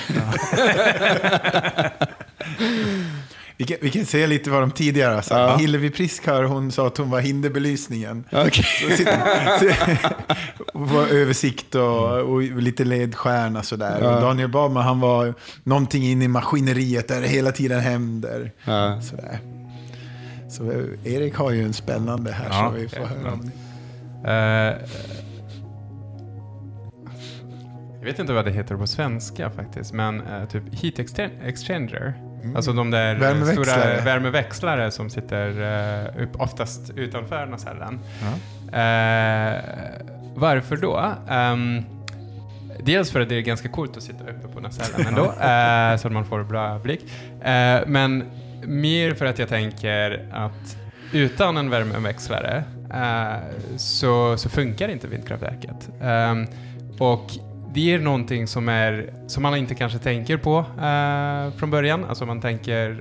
Vi kan se lite vad de tidigare har sagt. Hillevi Priskar, hon sa att hon var hinderbelysningen. Okay. Var översikt och lite ledstjärna sådär. Och Daniel Babman, han var någonting in i maskineriet där det hela tiden händer. Sådär. Så Erik har ju en spännande här så vi får höra om det. Jag vet inte vad det heter på svenska faktiskt, men typ heat exchanger. Alltså de där stora värmeväxlare som sitter oftast utanför nacellen. Varför då? Dels för att det är ganska coolt att sitta uppe på nacellen ändå, så att man får bra blick. Men mer för att jag tänker att utan en värmeväxlare så funkar inte vindkraftverket. Och det är någonting som man inte kanske tänker på från början. Alltså man tänker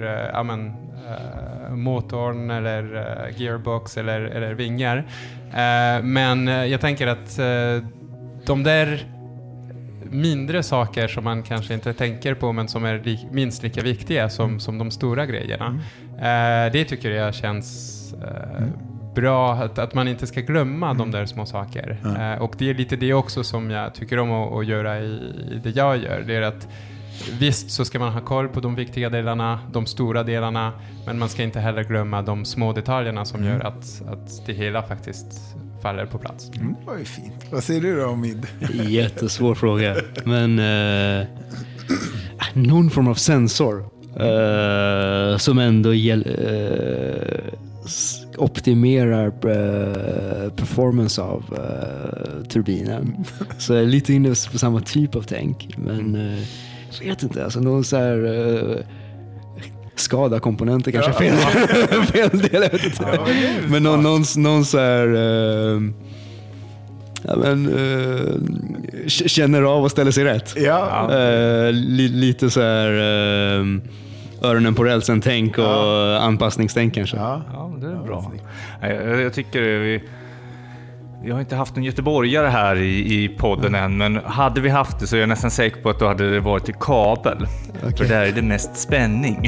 motorn eller gearbox eller vingar. Men jag tänker att de där mindre saker som man kanske inte tänker på men som är minst lika viktiga som de stora grejerna. Det tycker jag känns bra, att man inte ska glömma de där små saker. Och det är lite det också som jag tycker om att göra i det jag gör. Det är att visst så ska man ha koll på de viktiga delarna, de stora delarna, men man ska inte heller glömma de små detaljerna som gör att det hela faktiskt faller på plats. Det var ju fint. Vad säger du då, Omid? Jättesvår fråga. Men någon form av sensor som ändå optimerar performance av turbinen. Så jag är lite inne på samma typ av tänk. Men jag vet inte. Alltså någon så här skada komponenter kanske fel del. Jag vet inte. Men någon så här känner av och ställer sig rätt. Lite så här öronen på rälsen tänk och anpassningstänk kanske. Ja, det är bra. Jag tycker vi har inte haft en göteborgare här i podden än, men hade vi haft det så är jag nästan säker på att då hade det varit i kabel. Okay. För där är det mest spänning.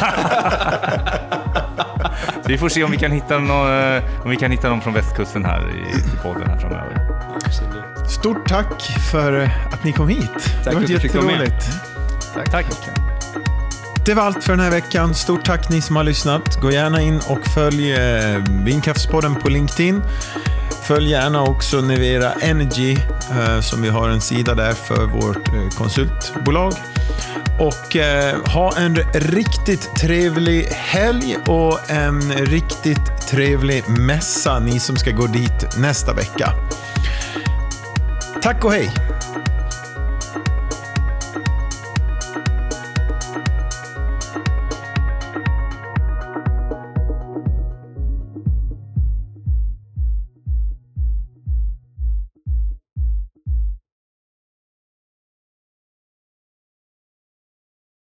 Så vi får se om vi kan hitta någon från västkusten här i podden här framöver. Absolut. Stort tack för att ni kom hit. Tack, det var jätteroligt. Tack. Det var allt för den här veckan. Stort tack ni som har lyssnat. Gå gärna in och följ Vindkraftspodden på LinkedIn. Följ gärna också Nevera Energy som vi har en sida där för vårt konsultbolag. Och ha en riktigt trevlig helg och en riktigt trevlig mässa ni som ska gå dit nästa vecka. Tack och hej!